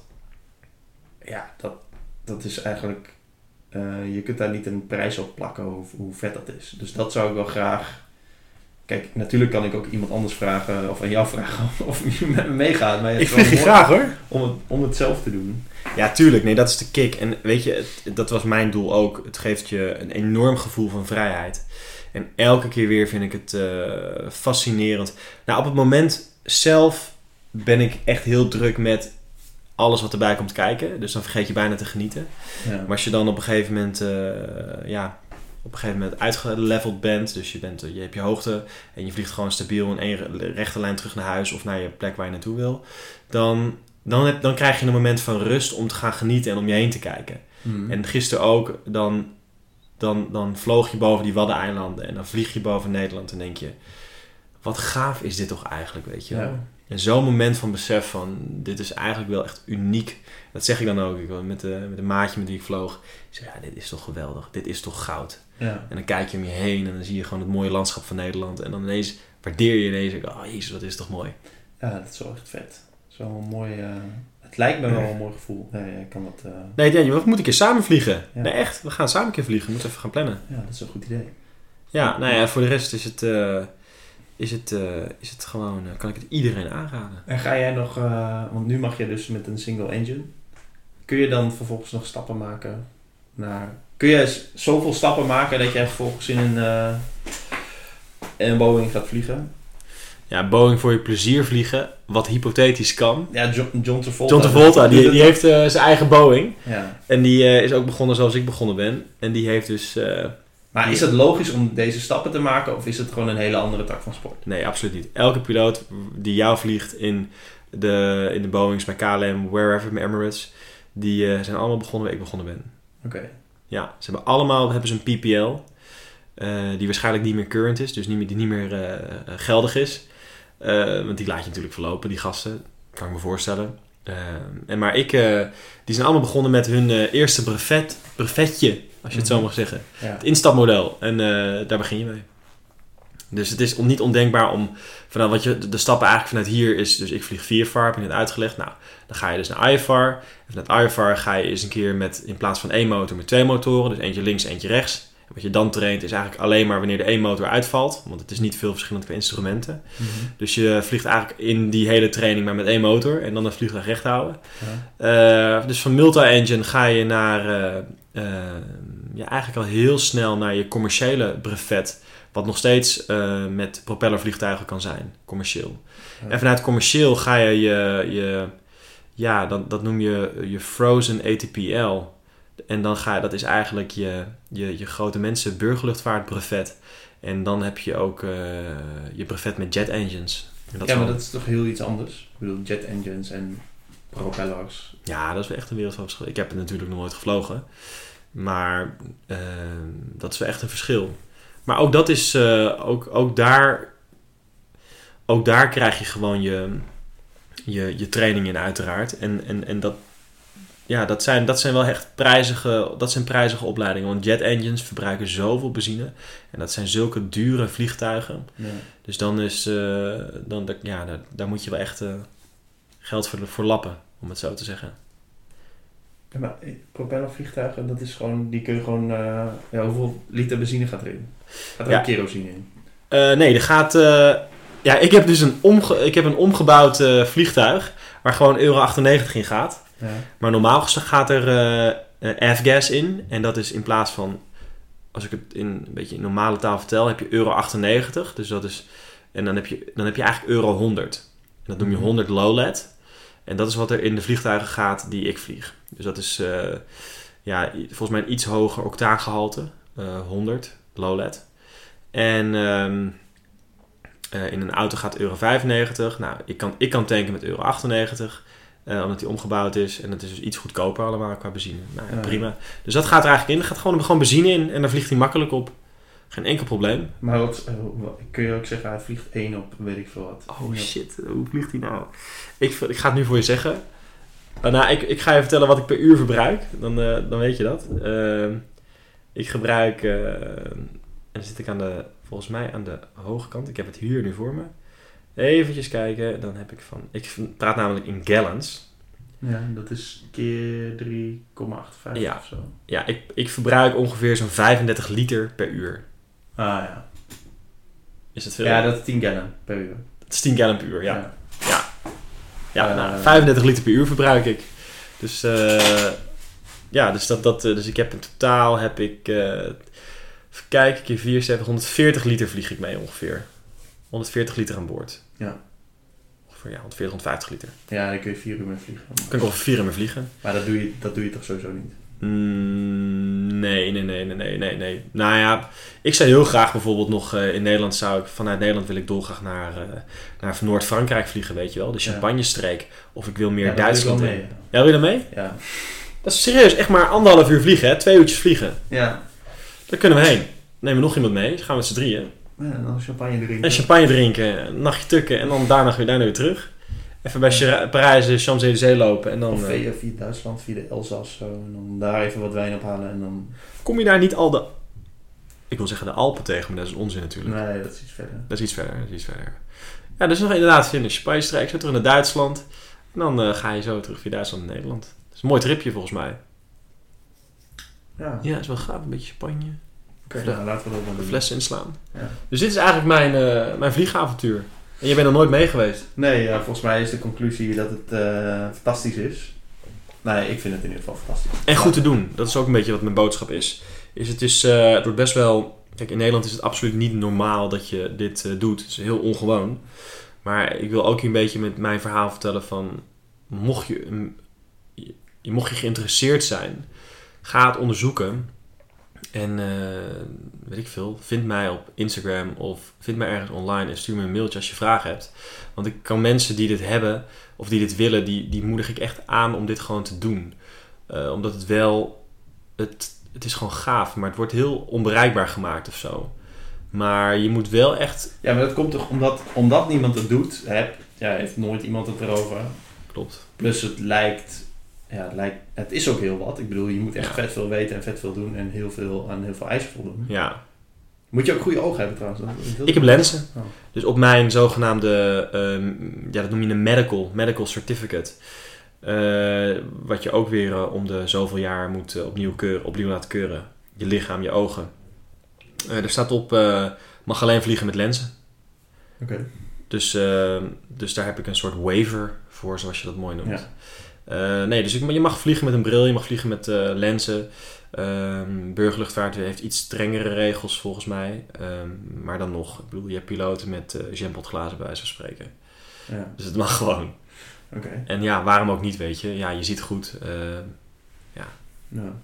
ja, dat, dat is eigenlijk... Uh, je kunt daar niet een prijs op plakken hoe, hoe vet dat is. Dus dat zou ik wel graag... Kijk, natuurlijk kan ik ook iemand anders vragen of aan jou vragen of je met me meegaat. Maar ik vind je graag hoor. Om het, om het zelf te doen. Ja, tuurlijk. Nee, dat is de kick. En weet je, het, dat was mijn doel ook. Het geeft je een enorm gevoel van vrijheid. En elke keer weer vind ik het uh, fascinerend. Nou, op het moment zelf ben ik echt heel druk met alles wat erbij komt kijken. Dus dan vergeet je bijna te genieten. Ja. Maar als je dan op een gegeven moment... Uh, ja, op een gegeven moment uitgeleveld bent. Dus je, bent, je hebt je hoogte en je vliegt gewoon stabiel in één rechte lijn terug naar huis of naar je plek waar je naartoe wil. Dan, dan, heb, dan krijg je een moment van rust om te gaan genieten en om je heen te kijken. Mm. En gisteren ook, dan, dan, dan vloog je boven die Waddeneilanden en dan vlieg je boven Nederland en denk je, wat gaaf is dit toch eigenlijk, weet je wel? Ja. En zo'n moment van besef van, dit is eigenlijk wel echt uniek. Dat zeg ik dan ook, ik, met, de, met een maatje met wie ik vloog. Ik zeg, ja, dit is toch geweldig, dit is toch goud. Ja. En dan kijk je om je heen en dan zie je gewoon het mooie landschap van Nederland. En dan ineens waardeer je ineens, oh jezus, wat is toch mooi. Ja, dat is wel echt vet. Zo'n mooi, uh, het lijkt me wel een mooi gevoel. Nee, ik kan dat... Uh... Nee, Danny, we moeten een keer samen vliegen. Ja. Nee, echt, we gaan samen een keer vliegen. We moeten even gaan plannen. Ja, dat is een goed idee. Ja, nou ja, voor de rest is het... Uh, Is het, uh, is het gewoon, uh, kan ik het iedereen aanraden. En ga jij nog, uh, want nu mag je dus met een single engine. Kun je dan vervolgens nog stappen maken naar... Kun je zoveel stappen maken dat jij vervolgens in een, uh, in een Boeing gaat vliegen? Ja, Boeing voor je plezier vliegen, wat hypothetisch kan. Ja, John, John Travolta. John Travolta, die, die heeft uh, zijn eigen Boeing. Ja. En die uh, is ook begonnen zoals ik begonnen ben. En die heeft dus... Uh, Maar is het logisch om deze stappen te maken of is het gewoon een hele andere tak van sport? Nee, absoluut niet. Elke piloot die jou vliegt in de, in de Boeings, bij K L M, wherever, Emirates, die uh, zijn allemaal begonnen waar ik begonnen ben. Oké. Okay. Ja, ze hebben allemaal hebben ze een P P L, uh, die waarschijnlijk niet meer current is, dus niet meer, die niet meer uh, geldig is. Uh, want die laat je natuurlijk verlopen, die gasten, kan ik me voorstellen. Uh, en maar ik, uh, die zijn allemaal begonnen met hun uh, eerste brevet, brevetje, als je het zo mag zeggen. Ja. Het instapmodel. En uh, daar begin je mee. Dus het is niet ondenkbaar om... Vanuit, wat je, de stappen eigenlijk vanuit hier is... Dus ik vlieg vier V A R, heb ik net uitgelegd. Nou, dan ga je dus naar I F R. En vanuit I F R ga je eens een keer met... In plaats van één motor met twee motoren. Dus eentje links, eentje rechts. En wat je dan traint is eigenlijk alleen maar wanneer de één motor uitvalt. Want het is niet veel verschillend qua instrumenten. Mm-hmm. Dus je vliegt eigenlijk in die hele training maar met één motor. En dan het vliegtuig recht houden. Ja. Uh, dus van multi-engine ga je naar... Uh, uh, ja, eigenlijk al heel snel naar je commerciële brevet. Wat nog steeds uh, met propellervliegtuigen kan zijn. Commercieel. Ja. En vanuit commercieel ga je je... je ja, dat, dat noem je je Frozen A T P L. En dan ga je, dat is eigenlijk je, je, je grote mensen burgerluchtvaart brevet. En dan heb je ook uh, je brevet met jet engines. En dat ja, maar al... dat is toch heel iets anders? Ik bedoel, jet engines en propellers. Ja, dat is wel echt een wereld van verschil. Ik heb het natuurlijk nog nooit gevlogen. Maar uh, dat is wel echt een verschil. Maar ook dat is, uh, ook, ook daar, ook daar krijg je gewoon je, je, je training in uiteraard. En, en, en dat, ja, dat zijn, dat zijn wel echt prijzige, dat zijn prijzige opleidingen. Want jet engines verbruiken zoveel benzine. En dat zijn zulke dure vliegtuigen. Ja. Dus dan is, uh, dan, ja, daar, daar moet je wel echt uh, geld voor, voor lappen, om het zo te zeggen. Ja, maar propellervliegtuigen, dat is gewoon, die kun je gewoon, uh, ja, hoeveel liter benzine gaat erin? Gaat er ja. een kerosine in? Uh, nee, er gaat, uh, ja, ik heb dus een, omge- ik heb een omgebouwd uh, vliegtuig, waar gewoon euro achtennegentig in gaat. Ja. Maar normaal gaat er uh, uh, F-gas in, en dat is in plaats van, als ik het in een beetje in normale taal vertel, heb je euro achtennegentig, dus dat is, en dan heb je, dan heb je eigenlijk euro honderd. En dat noem je honderd low-lead. En dat is wat er in de vliegtuigen gaat die ik vlieg. Dus dat is uh, ja, volgens mij een iets hoger octaangehalte. Uh, honderd, low-lead. En um, uh, in een auto gaat euro vijfennegentig. Nou, ik kan, ik kan tanken met euro achtennegentig. Uh, omdat die omgebouwd is. En dat is dus iets goedkoper allemaal qua benzine. Nou, ja, prima. Dus dat gaat er eigenlijk in. Er gaat gewoon, gewoon benzine in. En dan vliegt hij makkelijk op. Geen enkel probleem. Maar wat, uh, kun je ook zeggen, hij vliegt één op weet ik veel wat. Oh shit, hoe vliegt hij nou? Ik, ik ga het nu voor je zeggen. Uh, nou, ik, ik ga je vertellen wat ik per uur verbruik. Dan, uh, dan weet je dat. Uh, ik gebruik... Uh, en dan zit ik aan de... Volgens mij aan de hoge kant. Ik heb het hier nu voor me. Eventjes kijken. Dan heb ik van... Ik praat namelijk in gallons. Ja, dat is keer drie komma achtenvijftig ja. of zo. Ja, ik, ik verbruik ongeveer zo'n vijfendertig liter per uur. Ah ja. Is dat veel? Ja, dat is tien gallon per uur. Dat is tien gallon per uur, ja. Ja, ja. ja uh, nou, vijfendertig liter per uur verbruik ik. Dus, uh, ja, dus, dat, dat, dus ik heb in totaal heb ik... Uh, even kijken, keer vier, zeven, honderdveertig liter vlieg ik mee ongeveer. honderdveertig liter aan boord. Ja. Ongeveer, ja, honderdveertig, honderdvijftig liter. Ja, dan kun je vier uur mee vliegen. Dan kan ik over vier uur mee vliegen. Maar dat doe je, dat doe je toch sowieso niet? Mm, nee, nee, nee, nee, nee, nee, nee. Nou ja, ik zou heel graag bijvoorbeeld nog uh, in Nederland zou ik... Vanuit Nederland wil ik dolgraag naar, uh, naar Noord-Frankrijk vliegen, weet je wel. De Champagne-streek. Of ik wil meer ja, Duitsland wil mee. mee. Ja, wil je daar mee? Ja. Dat is serieus, echt maar anderhalf uur vliegen, hè? Twee uurtjes vliegen. Ja. Daar kunnen we heen. Nemen we nog iemand mee, dan gaan we met z'n drieën. Ja, en dan champagne drinken. En champagne drinken, een nachtje tukken en dan daarna weer, daarna weer terug. Even bij ja. Parijs de Champs-Élysées lopen en dan... Of via, via Duitsland, via de Elzas zo. En dan daar even wat wijn ophalen en dan... Kom je daar niet al de... Ik wil zeggen de Alpen tegen, maar dat is onzin natuurlijk. Nee, dat is iets verder. Dat is iets verder, dat is iets verder. Ja, dus nog inderdaad in de Champagne-streek, zo terug naar Duitsland. En dan uh, ga je zo terug via Duitsland naar Nederland. Dat is een mooi tripje volgens mij. Ja. Ja, is wel gaaf, een beetje champagne. Oké, okay, nou, laten we dat dan doen. Flessen inslaan. Ja. Dus dit is eigenlijk mijn, uh, mijn vliegavontuur. En je bent er nooit mee geweest? Nee, uh, volgens mij is de conclusie dat het uh, fantastisch is. Nee, ik vind het in ieder geval fantastisch. En goed te doen. Dat is ook een beetje wat mijn boodschap is. is het, is uh, het wordt best wel... Kijk, in Nederland is het absoluut niet normaal dat je dit uh, doet. Het is heel ongewoon. Maar ik wil ook een beetje met mijn verhaal vertellen van... Mocht je, um, je, mocht je geïnteresseerd zijn, ga het onderzoeken. En uh, weet ik veel, vind mij op Instagram of vind mij ergens online en stuur me een mailtje als je vragen hebt. Want ik kan mensen die dit hebben of die dit willen, die, die moedig ik echt aan om dit gewoon te doen. Uh, omdat het wel, het, het is gewoon gaaf, maar het wordt heel onbereikbaar gemaakt of zo. Maar je moet wel echt... Ja, maar dat komt toch omdat, omdat niemand het doet, heb, ja, heeft nooit iemand het erover. Klopt. Plus het lijkt... Ja, het, lijkt, het is ook heel wat. Ik bedoel, je moet echt ja. vet veel weten en vet veel doen en heel veel, aan heel veel eisen voldoen. Ja. Moet je ook goede ogen hebben trouwens? Dat, dat ik heb lenzen. Oh. Dus op mijn zogenaamde, um, ja dat noem je een medical, medical certificate. Uh, wat je ook weer uh, om de zoveel jaar moet uh, opnieuw, keuren, opnieuw laten keuren. Je lichaam, je ogen. Uh, er staat op, uh, mag alleen vliegen met lenzen. Oké. Okay. Dus, uh, dus daar heb ik een soort waiver voor, zoals je dat mooi noemt. Ja. Uh, nee, dus ik, je mag vliegen met een bril, je mag vliegen met uh, lenzen. Um, burgerluchtvaart heeft iets strengere regels volgens mij. Um, maar dan nog, ik bedoel, je hebt piloten met uh, jampotglazen bij wijze van spreken. Ja. Dus het mag gewoon. Oké. Okay. En ja, waarom ook niet, weet je. Ja, je ziet goed. Uh, ja. Ja. Oké.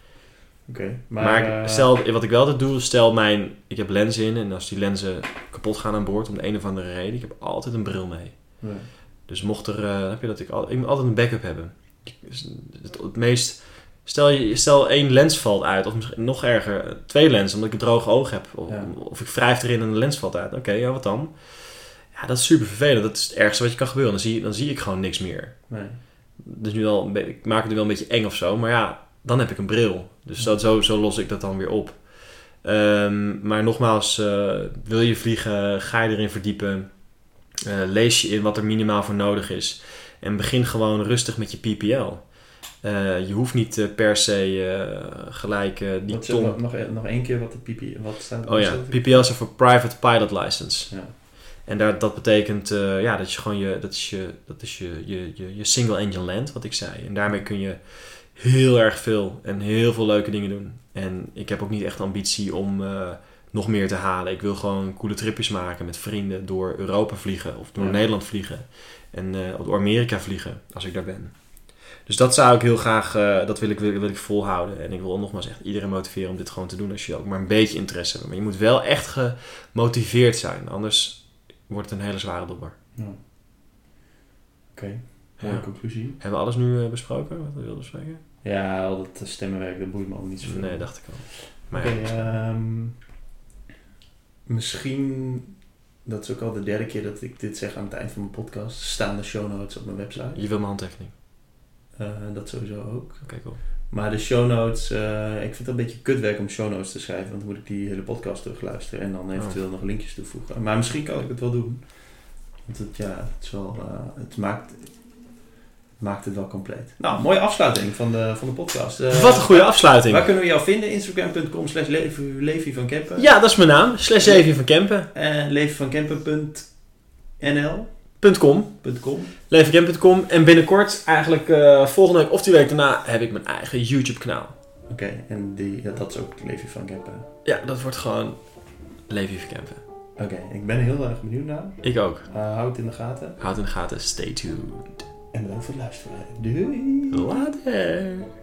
Okay. Maar, maar stel, wat ik wel altijd doe, stel mijn, ik heb lenzen in en als die lenzen kapot gaan aan boord om de een of andere reden, ik heb altijd een bril mee. Ja. Dus mocht er, uh, heb je dat ik, al, ik moet altijd een backup hebben. Het, het meest, stel, je, stel één lens valt uit, of misschien nog erger, twee lenzen, omdat ik een droge oog heb. Of, ja. of ik wrijf erin en een lens valt uit. Oké, okay, ja, wat dan? Ja, dat is super vervelend. Dat is het ergste wat je kan gebeuren. Dan zie, dan zie ik gewoon niks meer. Nee. Dus nu al, ik maak het nu wel een beetje eng of zo, maar ja, dan heb ik een bril. Dus zo, zo, zo los ik dat dan weer op. Um, maar nogmaals, uh, wil je vliegen, ga je erin verdiepen. Uh, lees je in wat er minimaal voor nodig is. En begin gewoon rustig met je P P L. Uh, je hoeft niet uh, per se uh, gelijk uh, die wat, ton... Nog, nog, nog één keer wat de P P L... Wat staat oh ja, P P L is voor Private Pilot License. Ja. En daar, dat betekent uh, ja, dat je gewoon je... Dat is, je, dat is je, je, je, je single engine land, wat ik zei. En daarmee kun je heel erg veel en heel veel leuke dingen doen. En ik heb ook niet echt ambitie om... Uh, nog meer te halen. Ik wil gewoon coole tripjes maken met vrienden door Europa vliegen of door ja. Nederland vliegen en uh, door Amerika vliegen als ik daar ben. Dus dat zou ik heel graag, uh, dat wil ik, wil, wil ik volhouden. En ik wil nogmaals echt iedereen motiveren om dit gewoon te doen als je ook maar een beetje interesse hebt. Maar je moet wel echt gemotiveerd zijn, anders wordt het een hele zware dobber. Ja. Oké, okay. mooie ja. conclusie. Hebben we alles nu uh, besproken wat we wilden bespreken? Ja, al dat stemmenwerk, dat boeit me ook niet zo veel. Nee, dacht ik al. Oké, okay, um... misschien, dat is ook al de derde keer dat ik dit zeg aan het eind van mijn podcast, staan de show notes op mijn website. Je wil mijn handtekening? Uh, dat sowieso ook. Oké, okay, cool. Maar de show notes, uh, ik vind het een beetje kutwerk om show notes te schrijven, want dan moet ik die hele podcast terugluisteren en dan eventueel oh. nog linkjes toevoegen. Maar misschien kan ik het wel doen. Want het, ja, het, is wel, uh, het maakt, maakt het wel compleet. Nou, mooie afsluiting van de, van de podcast. Uh, Wat een goede afsluiting. Waar kunnen we jou vinden? Instagram punt com slash Levi van Kempen. Ja, dat is mijn naam. Slash Levi van Kempen. En levi van kempen punt n l. .com. .com. levi van kempen punt com. En binnenkort, eigenlijk uh, volgende week of die week daarna, heb ik mijn eigen YouTube kanaal. Oké, okay, en die, ja, dat is ook Levi van Kempen? Ja, dat wordt gewoon Levi van Kempen. Oké, okay, ik ben heel erg benieuwd naar. Ik ook. Uh, houd het in de gaten. Houd het in de gaten. Stay tuned. En bedankt voor het luisteren. Doei. Later.